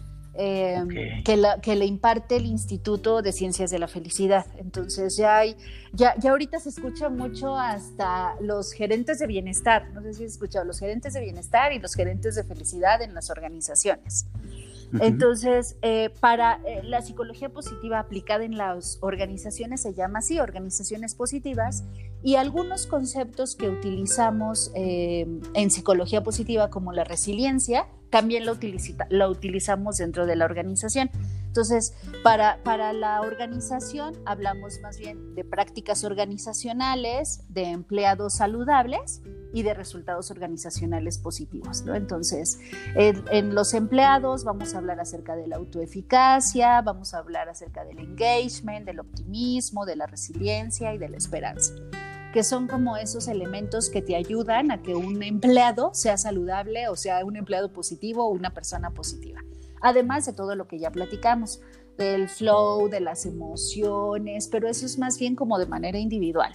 que le imparte el Instituto de Ciencias de la Felicidad. Entonces ya ahorita se escucha mucho hasta los gerentes de bienestar. No sé si has escuchado los gerentes de bienestar y los gerentes de felicidad en las organizaciones. Entonces, para la psicología positiva aplicada en las organizaciones se llama así, organizaciones positivas, y algunos conceptos que utilizamos en psicología positiva, como la resiliencia, también la utilizamos dentro de la organización. Entonces, para la organización hablamos más bien de prácticas organizacionales, de empleados saludables y de resultados organizacionales positivos, ¿no? Entonces, en los empleados vamos a hablar acerca de la autoeficacia, vamos a hablar acerca del engagement, del optimismo, de la resiliencia y de la esperanza, que son como esos elementos que te ayudan a que un empleado sea saludable o sea un empleado positivo o una persona positiva. Además de todo lo que ya platicamos, del flow, de las emociones, pero eso es más bien como de manera individual.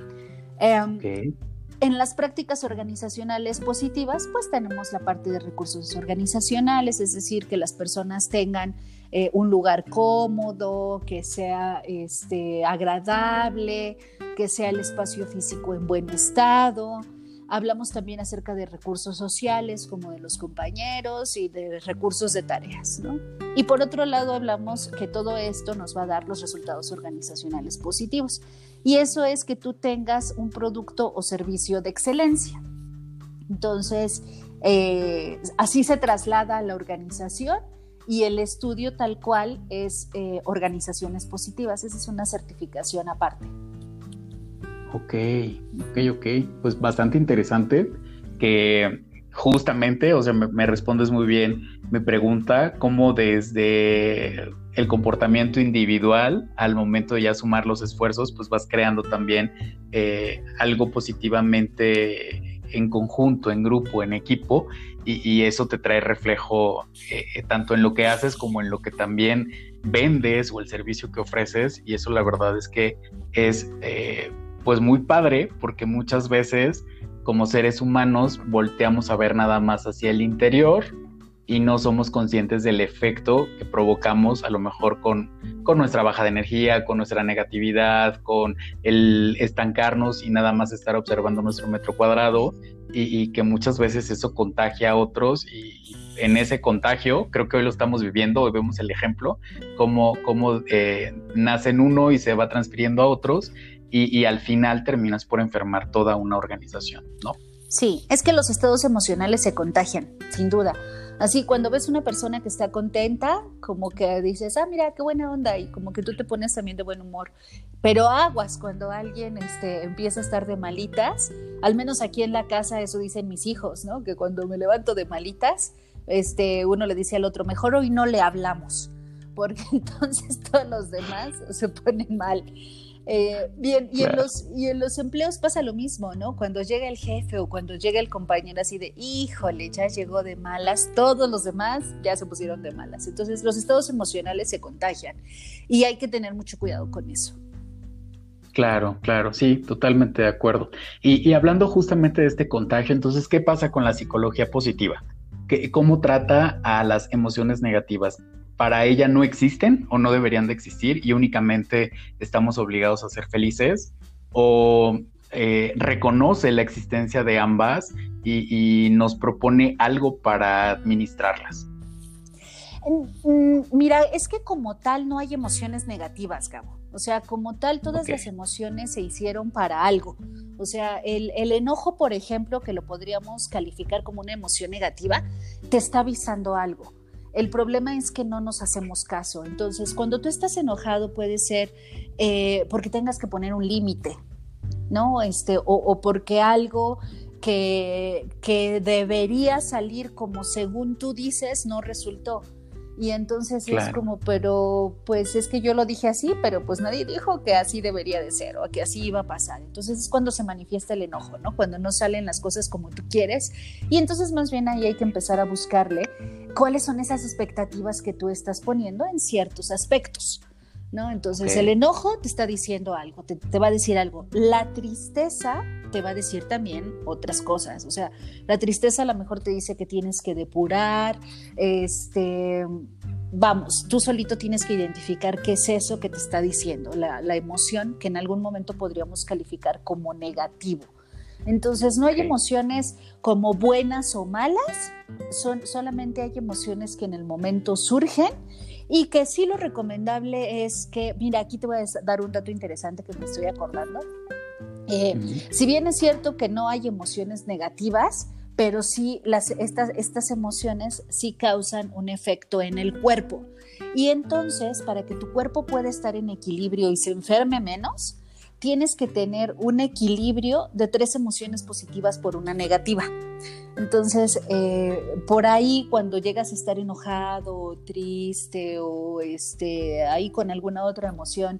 En las prácticas organizacionales positivas, pues tenemos la parte de recursos organizacionales, es decir, que las personas tengan un lugar cómodo, que sea agradable, que sea el espacio físico en buen estado. Hablamos también acerca de recursos sociales, como de los compañeros y de recursos de tareas, ¿no? Y por otro lado hablamos que todo esto nos va a dar los resultados organizacionales positivos. Y eso es que tú tengas un producto o servicio de excelencia. Entonces, así se traslada a la organización y el estudio tal cual es organizaciones positivas. Esa es una certificación aparte. Ok. Pues bastante interesante que justamente, o sea, me respondes muy bien mi pregunta, cómo desde el comportamiento individual al momento de ya sumar los esfuerzos, pues vas creando también algo positivamente en conjunto, en grupo, en equipo, y eso te trae reflejo tanto en lo que haces como en lo que también vendes o el servicio que ofreces, y eso la verdad es que es pues muy padre, porque muchas veces como seres humanos volteamos a ver nada más hacia el interior y no somos conscientes del efecto que provocamos a lo mejor con nuestra baja de energía, con nuestra negatividad, con el estancarnos y nada más estar observando nuestro metro cuadrado, y que muchas veces eso contagia a otros, y en ese contagio, creo que hoy lo estamos viviendo, hoy vemos el ejemplo, cómo nace en uno y se va transfiriendo a otros, y al final terminas por enfermar toda una organización, ¿no? Sí, es que los estados emocionales se contagian, sin duda. Así, cuando ves una persona que está contenta, como que dices, mira, qué buena onda, y como que tú te pones también de buen humor. Pero aguas cuando alguien empieza a estar de malitas, al menos aquí en la casa eso dicen mis hijos, ¿no? Que cuando me levanto de malitas, uno le dice al otro, mejor hoy no le hablamos, porque entonces todos los demás se ponen mal. Bien, Claro. y en los empleos pasa lo mismo, ¿no? Cuando llega el jefe o cuando llega el compañero así de, híjole, ya llegó de malas, todos los demás ya se pusieron de malas. Entonces los estados emocionales se contagian y hay que tener mucho cuidado con eso. Claro, claro, sí, totalmente de acuerdo. Y hablando justamente de este contagio, entonces, ¿qué pasa con la psicología positiva? ¿Cómo trata a las emociones negativas? ¿Para ella no existen o no deberían de existir y únicamente estamos obligados a ser felices? ¿O reconoce la existencia de ambas y nos propone algo para administrarlas? Mira, es que como tal no hay emociones negativas, Gabo. O sea, como tal, todas las emociones se hicieron para algo. O sea, el enojo, por ejemplo, que lo podríamos calificar como una emoción negativa, te está avisando algo. El problema es que no nos hacemos caso. Entonces, cuando tú estás enojado puede ser porque tengas que poner un límite, ¿no? O porque algo que debería salir como según tú dices no resultó. Y entonces claro. Es como, pero pues es que yo lo dije así, pero pues nadie dijo que así debería de ser o que así iba a pasar. Entonces es cuando se manifiesta el enojo, ¿no? Cuando no salen las cosas como tú quieres. Y entonces más bien ahí hay que empezar a buscarle cuáles son esas expectativas que tú estás poniendo en ciertos aspectos, ¿no? Entonces el enojo te está diciendo algo, te va a decir algo. La tristeza te va a decir también otras cosas. O sea, la tristeza a lo mejor te dice que tienes que depurar, vamos, tú solito tienes que identificar qué es eso que te está diciendo, la emoción que en algún momento podríamos calificar como negativo. Entonces no hay emociones como buenas o malas, solamente hay emociones que en el momento surgen y que sí lo recomendable es que, mira, aquí te voy a dar un dato interesante que me estoy acordando. Si bien es cierto que no hay emociones negativas, pero sí estas emociones sí causan un efecto en el cuerpo. Y entonces, para que tu cuerpo pueda estar en equilibrio y se enferme menos, tienes que tener un equilibrio de 3 emociones positivas por una negativa. Entonces, por ahí cuando llegas a estar enojado, triste o ahí con alguna otra emoción,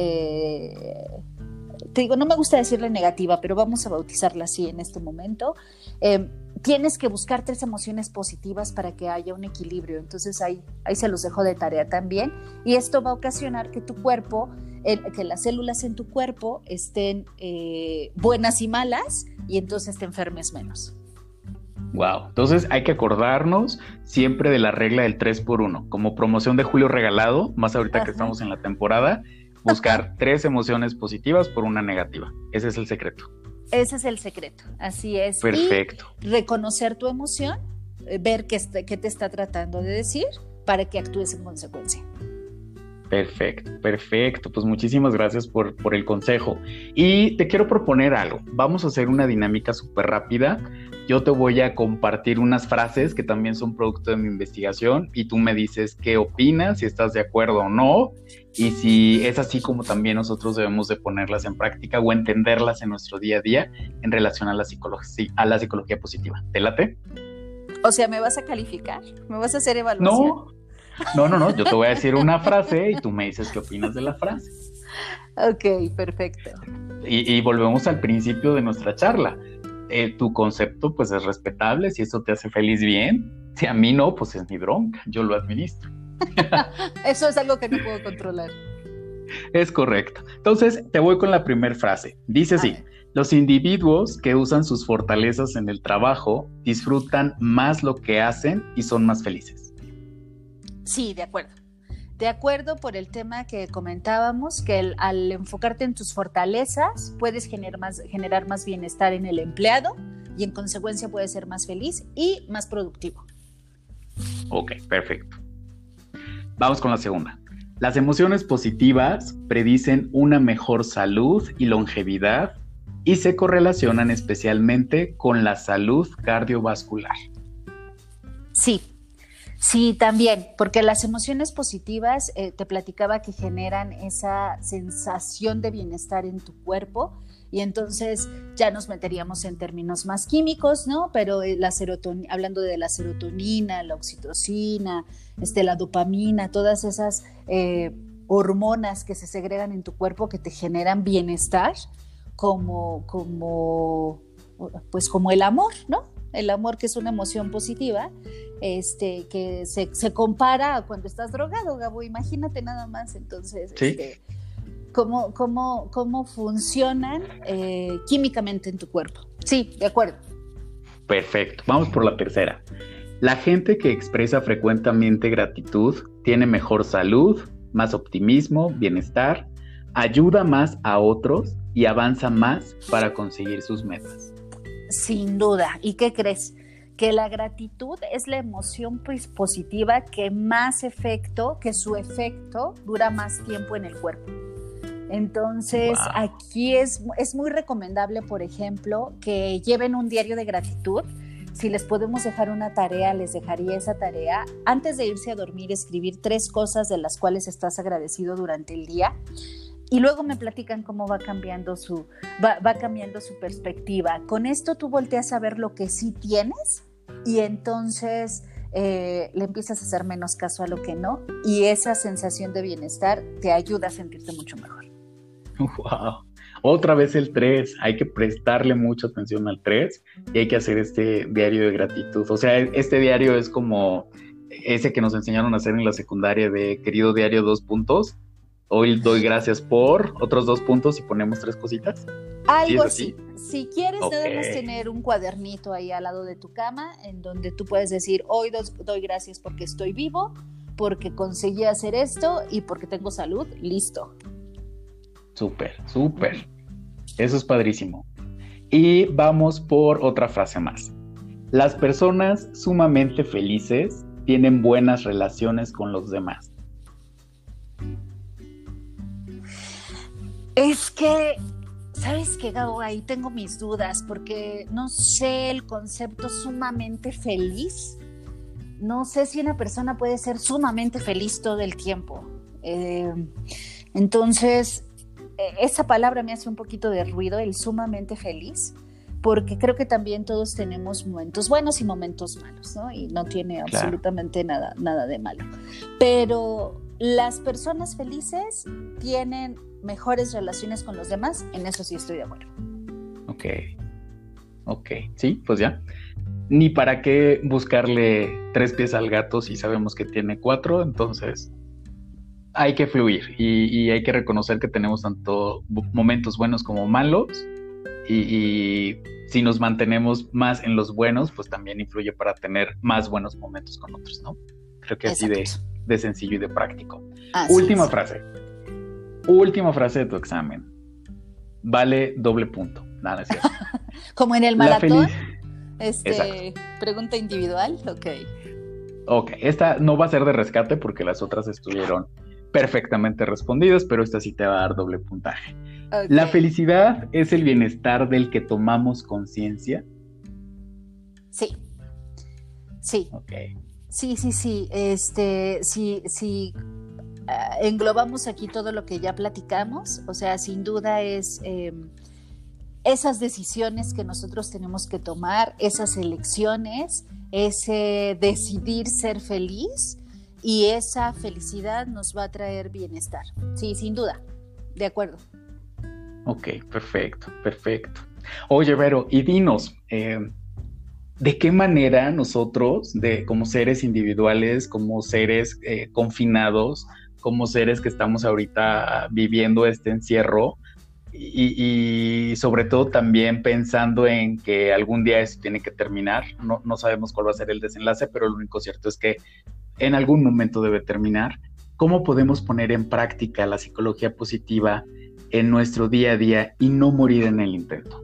te digo, no me gusta decirle negativa, pero vamos a bautizarla así en este momento. Tienes que buscar 3 emociones positivas para que haya un equilibrio. Entonces ahí se los dejo de tarea también. Y esto va a ocasionar que tu cuerpo, que las células en tu cuerpo estén buenas y malas y entonces te enfermes menos. Wow, entonces hay que acordarnos siempre de la regla del 3x1, como promoción de Julio Regalado, más ahorita que estamos en la temporada, buscar 3 emociones positivas por una negativa. Ese es el secreto. Ese es el secreto, así es. Perfecto. Y reconocer tu emoción, ver qué te está tratando de decir para que actúes en consecuencia. Perfecto, perfecto. Pues muchísimas gracias por el consejo. Y te quiero proponer algo. Vamos a hacer una dinámica súper rápida. Yo te voy a compartir unas frases que también son producto de mi investigación y tú me dices qué opinas, si estás de acuerdo o no, y si es así como también nosotros debemos de ponerlas en práctica o entenderlas en nuestro día a día en relación a la psicología positiva. ¿Te late? O sea, ¿me vas a calificar? ¿Me vas a hacer evaluación? No, yo te voy a decir una frase y tú me dices qué opinas de la frase. Ok, perfecto. Y volvemos al principio de nuestra charla. Tu concepto pues es respetable, si eso te hace feliz bien, si a mí no, pues es mi bronca, yo lo administro. Eso es algo que no puedo controlar. Es correcto. Entonces te voy con la primera frase. Dice así: los individuos que usan sus fortalezas en el trabajo disfrutan más lo que hacen y son más felices. Sí, de acuerdo. De acuerdo por el tema que comentábamos, que al enfocarte en tus fortalezas puedes generar más bienestar en el empleado y en consecuencia puedes ser más feliz y más productivo. Ok, perfecto. Vamos con la segunda. Las emociones positivas predicen una mejor salud y longevidad y se correlacionan especialmente con la salud cardiovascular. Sí, también, porque las emociones positivas, te platicaba que generan esa sensación de bienestar en tu cuerpo y entonces ya nos meteríamos en términos más químicos, ¿no? Pero hablando de la serotonina, la oxitocina, la dopamina, todas esas hormonas que se segregan en tu cuerpo que te generan bienestar, como el amor, ¿no? El amor, que es una emoción positiva, que se compara a cuando estás drogado, Gabo, imagínate nada más. Entonces, ¿sí? cómo funcionan químicamente en tu cuerpo. Sí, de acuerdo. Perfecto. Vamos por la tercera. La gente que expresa frecuentemente gratitud tiene mejor salud, más optimismo, bienestar, ayuda más a otros y avanza más para conseguir sus metas. Sin duda. ¿Y qué crees? Que la gratitud es la emoción positiva que su efecto dura más tiempo en el cuerpo. Entonces, Wow. aquí es muy recomendable, por ejemplo, que lleven un diario de gratitud. Si les podemos dejar una tarea, les dejaría esa tarea. Antes de irse a dormir, escribir 3 cosas de las cuales estás agradecido durante el día. Y luego me platican cómo va cambiando su perspectiva. Con esto tú volteas a ver lo que sí tienes y entonces le empiezas a hacer menos caso a lo que no, y esa sensación de bienestar te ayuda a sentirte mucho mejor. Wow. Otra vez el 3. Hay que prestarle mucha atención al 3 y hay que hacer este diario de gratitud. O sea, este diario es como ese que nos enseñaron a hacer en la secundaria de querido diario 2 puntos. Hoy doy gracias por otros 2 puntos y ponemos 3 cositas. Algo ¿Sí así. Si quieres, debemos tener un cuadernito ahí al lado de tu cama en donde tú puedes decir, hoy doy gracias porque estoy vivo, porque conseguí hacer esto y porque tengo salud. Listo. Súper, súper. Eso es padrísimo. Y vamos por otra frase más. Las personas sumamente felices tienen buenas relaciones con los demás. Es que, ¿sabes qué, Gabo? Ahí tengo mis dudas porque no sé el concepto sumamente feliz. No sé si una persona puede ser sumamente feliz todo el tiempo. Entonces, esa palabra me hace un poquito de ruido, el sumamente feliz, porque creo que también todos tenemos momentos buenos y momentos malos, ¿no? Y no tiene absolutamente nada de malo. Pero las personas felices tienen mejores relaciones con los demás, en eso sí estoy de acuerdo. Ok, sí, pues ya. Ni para qué buscarle 3 pies al gato si sabemos que tiene 4, entonces hay que fluir y hay que reconocer que tenemos tanto momentos buenos como malos y si nos mantenemos más en los buenos, pues también influye para tener más buenos momentos con otros, ¿no? Creo que así de sencillo y de práctico. Última frase de tu examen. Vale doble punto. Nada, es cierto. Como en el maratón. Pregunta individual. Ok, esta no va a ser de rescate porque las otras estuvieron perfectamente respondidas, pero esta sí te va a dar doble puntaje. Okay. ¿La felicidad es el bienestar del que tomamos conciencia? Sí. Ok. Sí. Sí. Englobamos aquí todo lo que ya platicamos, o sea, sin duda es esas decisiones que nosotros tenemos que tomar, esas elecciones, ese decidir ser feliz, y esa felicidad nos va a traer bienestar. Sí, sin duda, de acuerdo. Ok, perfecto. Oye, Vero, y dinos, ¿de qué manera nosotros, como seres individuales, como seres confinados, como seres que estamos ahorita viviendo este encierro y sobre todo también pensando en que algún día eso tiene que terminar? No sabemos cuál va a ser el desenlace, pero lo único cierto es que en algún momento debe terminar. ¿Cómo podemos poner en práctica la psicología positiva en nuestro día a día y no morir en el intento?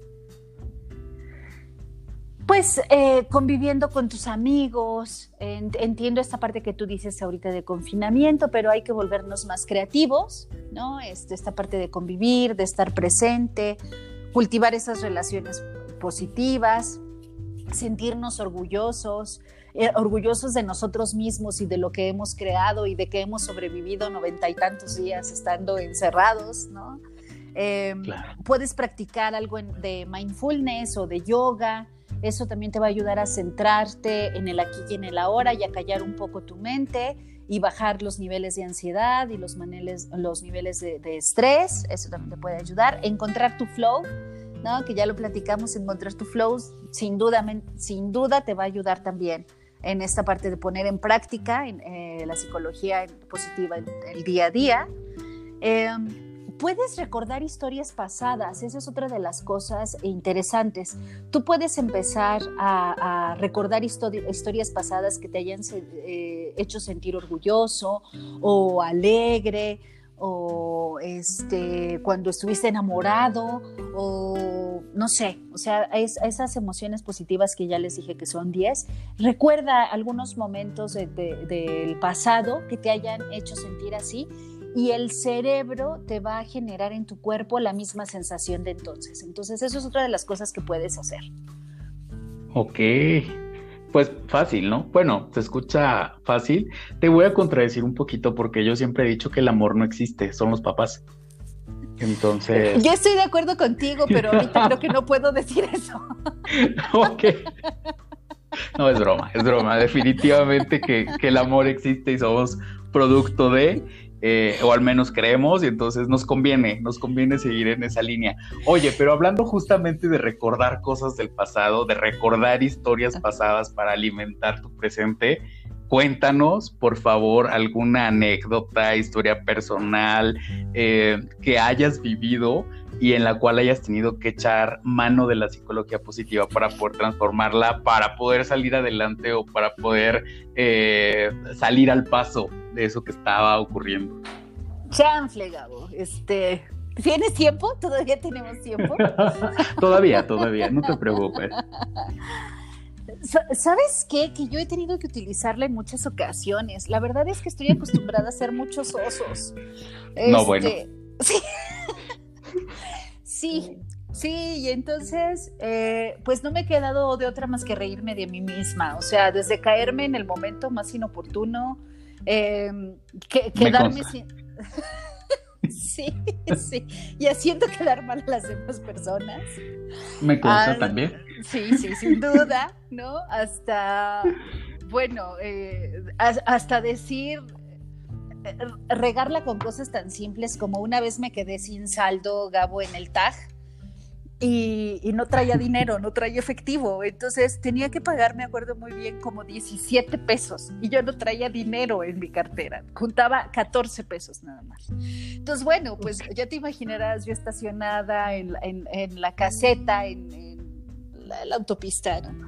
Pues conviviendo con tus amigos. Entiendo esta parte que tú dices ahorita de confinamiento, pero hay que volvernos más creativos, ¿no? Esta parte de convivir, de estar presente, cultivar esas relaciones positivas, sentirnos orgullosos de nosotros mismos y de lo que hemos creado y de que hemos sobrevivido 90 y tantos días estando encerrados, ¿no? Claro. Puedes practicar algo de mindfulness o de yoga. Eso también te va a ayudar a centrarte en el aquí y en el ahora y a callar un poco tu mente y bajar los niveles de ansiedad y los niveles de estrés. Eso también te puede ayudar. Encontrar tu flow, ¿no? Que ya lo platicamos, encontrar tu flow sin duda te va a ayudar también en esta parte de poner en práctica la psicología positiva en el día a día. puedes recordar historias pasadas, esa es otra de las cosas interesantes. Tú puedes empezar a recordar historias pasadas que te hayan hecho sentir orgulloso o alegre, o cuando estuviste enamorado, o no sé, o sea, esas emociones positivas que ya les dije que son 10. Recuerda algunos momentos del pasado que te hayan hecho sentir así, y el cerebro te va a generar en tu cuerpo la misma sensación de entonces. Entonces, eso es otra de las cosas que puedes hacer. Ok, pues fácil, ¿no? Bueno, se escucha fácil. Te voy a contradecir un poquito porque yo siempre he dicho que el amor no existe, son los papás. Entonces... Yo estoy de acuerdo contigo, pero ahorita creo que no puedo decir eso. Ok. No, es broma. Definitivamente que el amor existe y somos producto de... o al menos creemos, y entonces nos conviene seguir en esa línea. Oye, pero hablando justamente de recordar cosas del pasado, de recordar historias pasadas para alimentar tu presente, cuéntanos, por favor, alguna anécdota, historia personal que hayas vivido y en la cual hayas tenido que echar mano de la psicología positiva para poder transformarla, para poder salir adelante o para poder salir al paso de eso que estaba ocurriendo. Chanfle, Gabo. ¿Tienes tiempo? ¿Todavía tenemos tiempo? Todavía, no te preocupes. ¿Sabes qué? Que yo he tenido que utilizarla en muchas ocasiones. La verdad es que estoy acostumbrada a hacer muchos osos. No, bueno. Sí, y entonces, pues no me he quedado de otra más que reírme de mí misma. O sea, desde caerme en el momento más inoportuno, quedarme sin... Sí, y haciendo quedar mal a las demás personas. Me consta también. Sí, sin duda, ¿no? Hasta, bueno, hasta decir, regarla con cosas tan simples como una vez me quedé sin saldo, Gabo, en el TAG. Y no traía dinero, no traía efectivo, entonces tenía que pagar, me acuerdo muy bien, como 17 pesos, y yo no traía dinero en mi cartera, juntaba 14 pesos nada más. Entonces, bueno, pues ya te imaginarás, yo estacionada en la caseta, en la autopista, ¿no?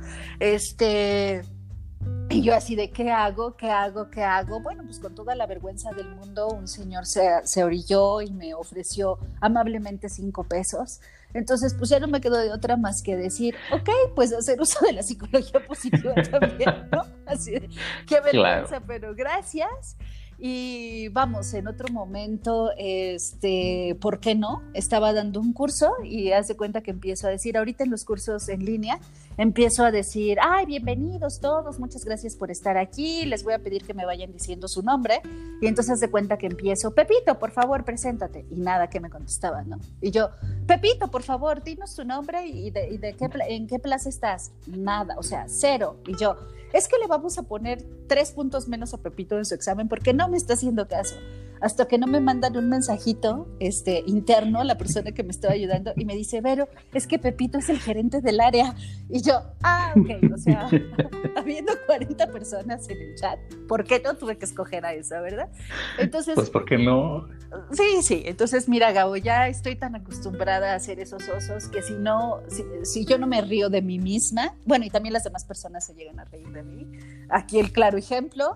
Y yo así de, ¿qué hago? Bueno, pues con toda la vergüenza del mundo, un señor se orilló y me ofreció amablemente 5 pesos. Entonces, pues ya no me quedó de otra más que decir, ok, pues hacer uso de la psicología positiva también, ¿no? Así de, qué vergüenza, claro. Pero gracias. Y vamos, en otro momento, ¿por qué no? Estaba dando un curso y haz de cuenta que empiezo a decir, ahorita en los cursos en línea, empiezo a decir, ay, bienvenidos todos, muchas gracias por estar aquí, les voy a pedir que me vayan diciendo su nombre. Y entonces haz de cuenta que empiezo, Pepito, por favor, preséntate. Y nada que me contestaban, ¿no? Y yo, Pepito, por favor, dinos tu nombre y en qué plaza estás. Nada, o sea, 0. Y yo, es que le vamos a poner 3 puntos menos a Pepito en su examen porque no me está haciendo caso. Hasta que no me mandan un mensajito interno, la persona que me estaba ayudando, y me dice, Vero, es que Pepito es el gerente del área. Y yo, ok, o sea, habiendo 40 personas en el chat, ¿por qué no tuve que escoger a esa, verdad? Entonces, pues, ¿por qué no? Sí, entonces mira, Gabo, ya estoy tan acostumbrada a hacer esos osos que si yo no me río de mí misma, bueno, y también las demás personas se llegan a reír de mí, aquí el claro ejemplo,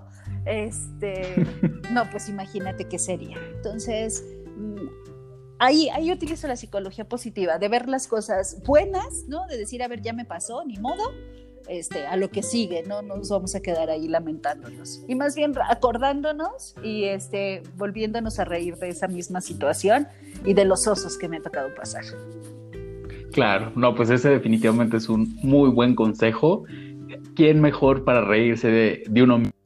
no, pues imagínate qué sería. Entonces, ahí utilizo la psicología positiva, de ver las cosas buenas, ¿no? De decir, a ver, ya me pasó, ni modo, a lo que sigue, no nos vamos a quedar ahí lamentándonos. Y más bien acordándonos y volviéndonos a reír de esa misma situación y de los osos que me ha tocado pasar. Claro, no, pues ese definitivamente es un muy buen consejo. ¿Quién mejor para reírse de uno mismo?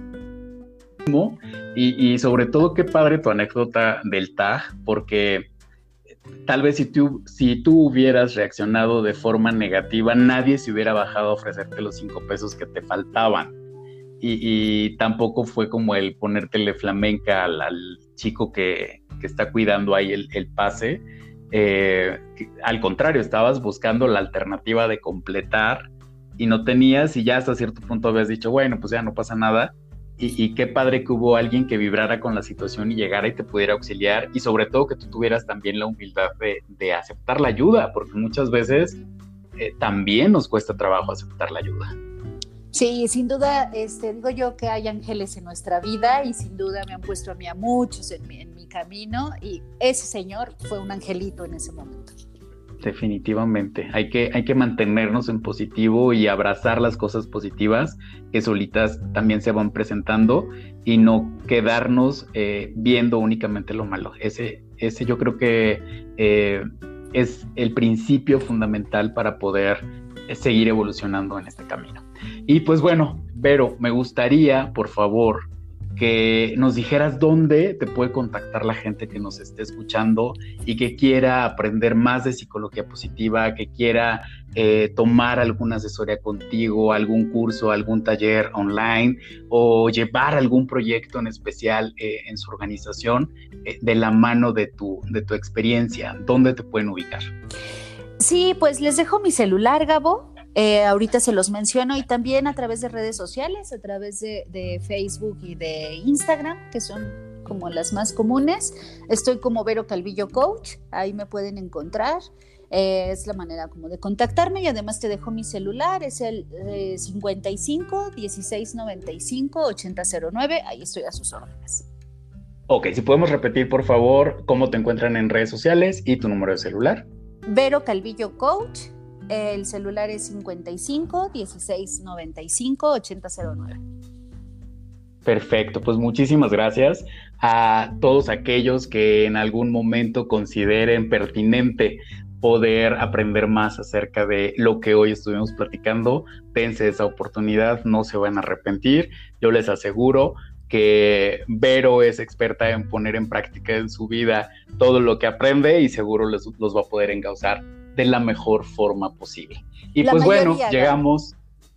Y sobre todo, qué padre tu anécdota del TAG, porque tal vez si tú hubieras reaccionado de forma negativa, nadie se hubiera bajado a ofrecerte los 5 pesos que te faltaban. Y tampoco fue como el ponértele flamenca al chico que está cuidando ahí el pase. Al contrario, estabas buscando la alternativa de completar y no tenías, y ya hasta cierto punto habías dicho, bueno, pues ya no pasa nada. y qué padre que hubo alguien que vibrara con la situación y llegara y te pudiera auxiliar, y sobre todo que tú tuvieras también la humildad de aceptar la ayuda, porque muchas veces también nos cuesta trabajo aceptar la ayuda. Sí, sin duda, digo yo que hay ángeles en nuestra vida y sin duda me han puesto a mí a muchos en mi camino y ese señor fue un angelito en ese momento. Definitivamente, hay que mantenernos en positivo y abrazar las cosas positivas que solitas también se van presentando y no quedarnos viendo únicamente lo malo. Ese yo creo que es el principio fundamental para poder seguir evolucionando en este camino. Y pues bueno, Vero, me gustaría, por favor, que nos dijeras dónde te puede contactar la gente que nos esté escuchando y que quiera aprender más de psicología positiva, que quiera tomar alguna asesoría contigo, algún curso, algún taller online o llevar algún proyecto en especial en su organización de la mano de tu experiencia. ¿Dónde te pueden ubicar? Sí, pues les dejo mi celular, Gabo. Ahorita se los menciono y también a través de redes sociales, a través de Facebook y de Instagram, que son como las más comunes. Estoy como Vero Calvillo Coach, ahí me pueden encontrar. Es la manera como de contactarme y además te dejo mi celular, es el 55 16 95 8009, ahí estoy a sus órdenes. Ok, si podemos repetir por favor cómo te encuentran en redes sociales y tu número de celular. Vero Calvillo Coach, el celular es 55 16 95 8009. Perfecto, pues muchísimas gracias a todos aquellos que en algún momento consideren pertinente poder aprender más acerca de lo que hoy estuvimos platicando. Dense esa oportunidad, no se van a arrepentir. Yo les aseguro que Vero es experta en poner en práctica en su vida todo lo que aprende y seguro los va a poder encauzar de la mejor forma posible. Y pues bueno, llegamos...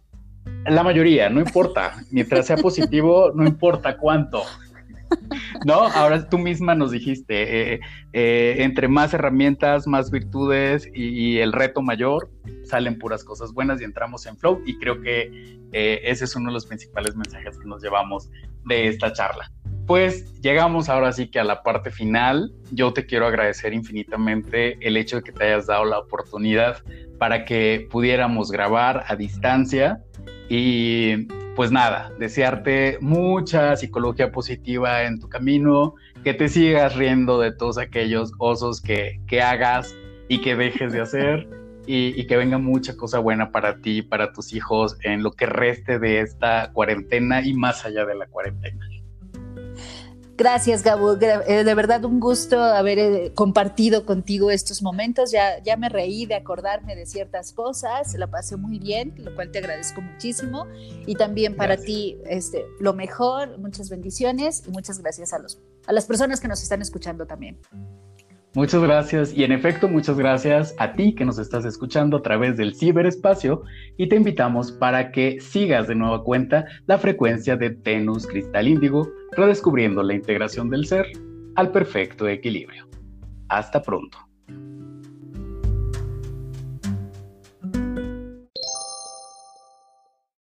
La mayoría, no importa, mientras sea positivo, no importa cuánto. ¿No? Ahora tú misma nos dijiste, entre más herramientas, más virtudes y el reto mayor, salen puras cosas buenas y entramos en flow, y creo que ese es uno de los principales mensajes que nos llevamos de esta charla. Pues llegamos ahora sí que a la parte final. Yo te quiero agradecer infinitamente el hecho de que te hayas dado la oportunidad para que pudiéramos grabar a distancia. Y pues nada, desearte mucha psicología positiva en tu camino, que te sigas riendo de todos aquellos osos que hagas y que dejes de hacer, y que venga mucha cosa buena para ti, para tus hijos, en lo que reste de esta cuarentena y más allá de la cuarentena. Gracias, Gabo. De verdad un gusto haber compartido contigo estos momentos. Ya me reí de acordarme de ciertas cosas, la pasé muy bien, lo cual te agradezco muchísimo. Y también para ti, lo mejor, muchas bendiciones y muchas gracias a las personas que nos están escuchando también. Muchas gracias, y en efecto, muchas gracias a ti que nos estás escuchando a través del ciberespacio, y te invitamos para que sigas de nueva cuenta la frecuencia de Tenus Cristal Índigo, redescubriendo la integración del ser al perfecto equilibrio. Hasta pronto.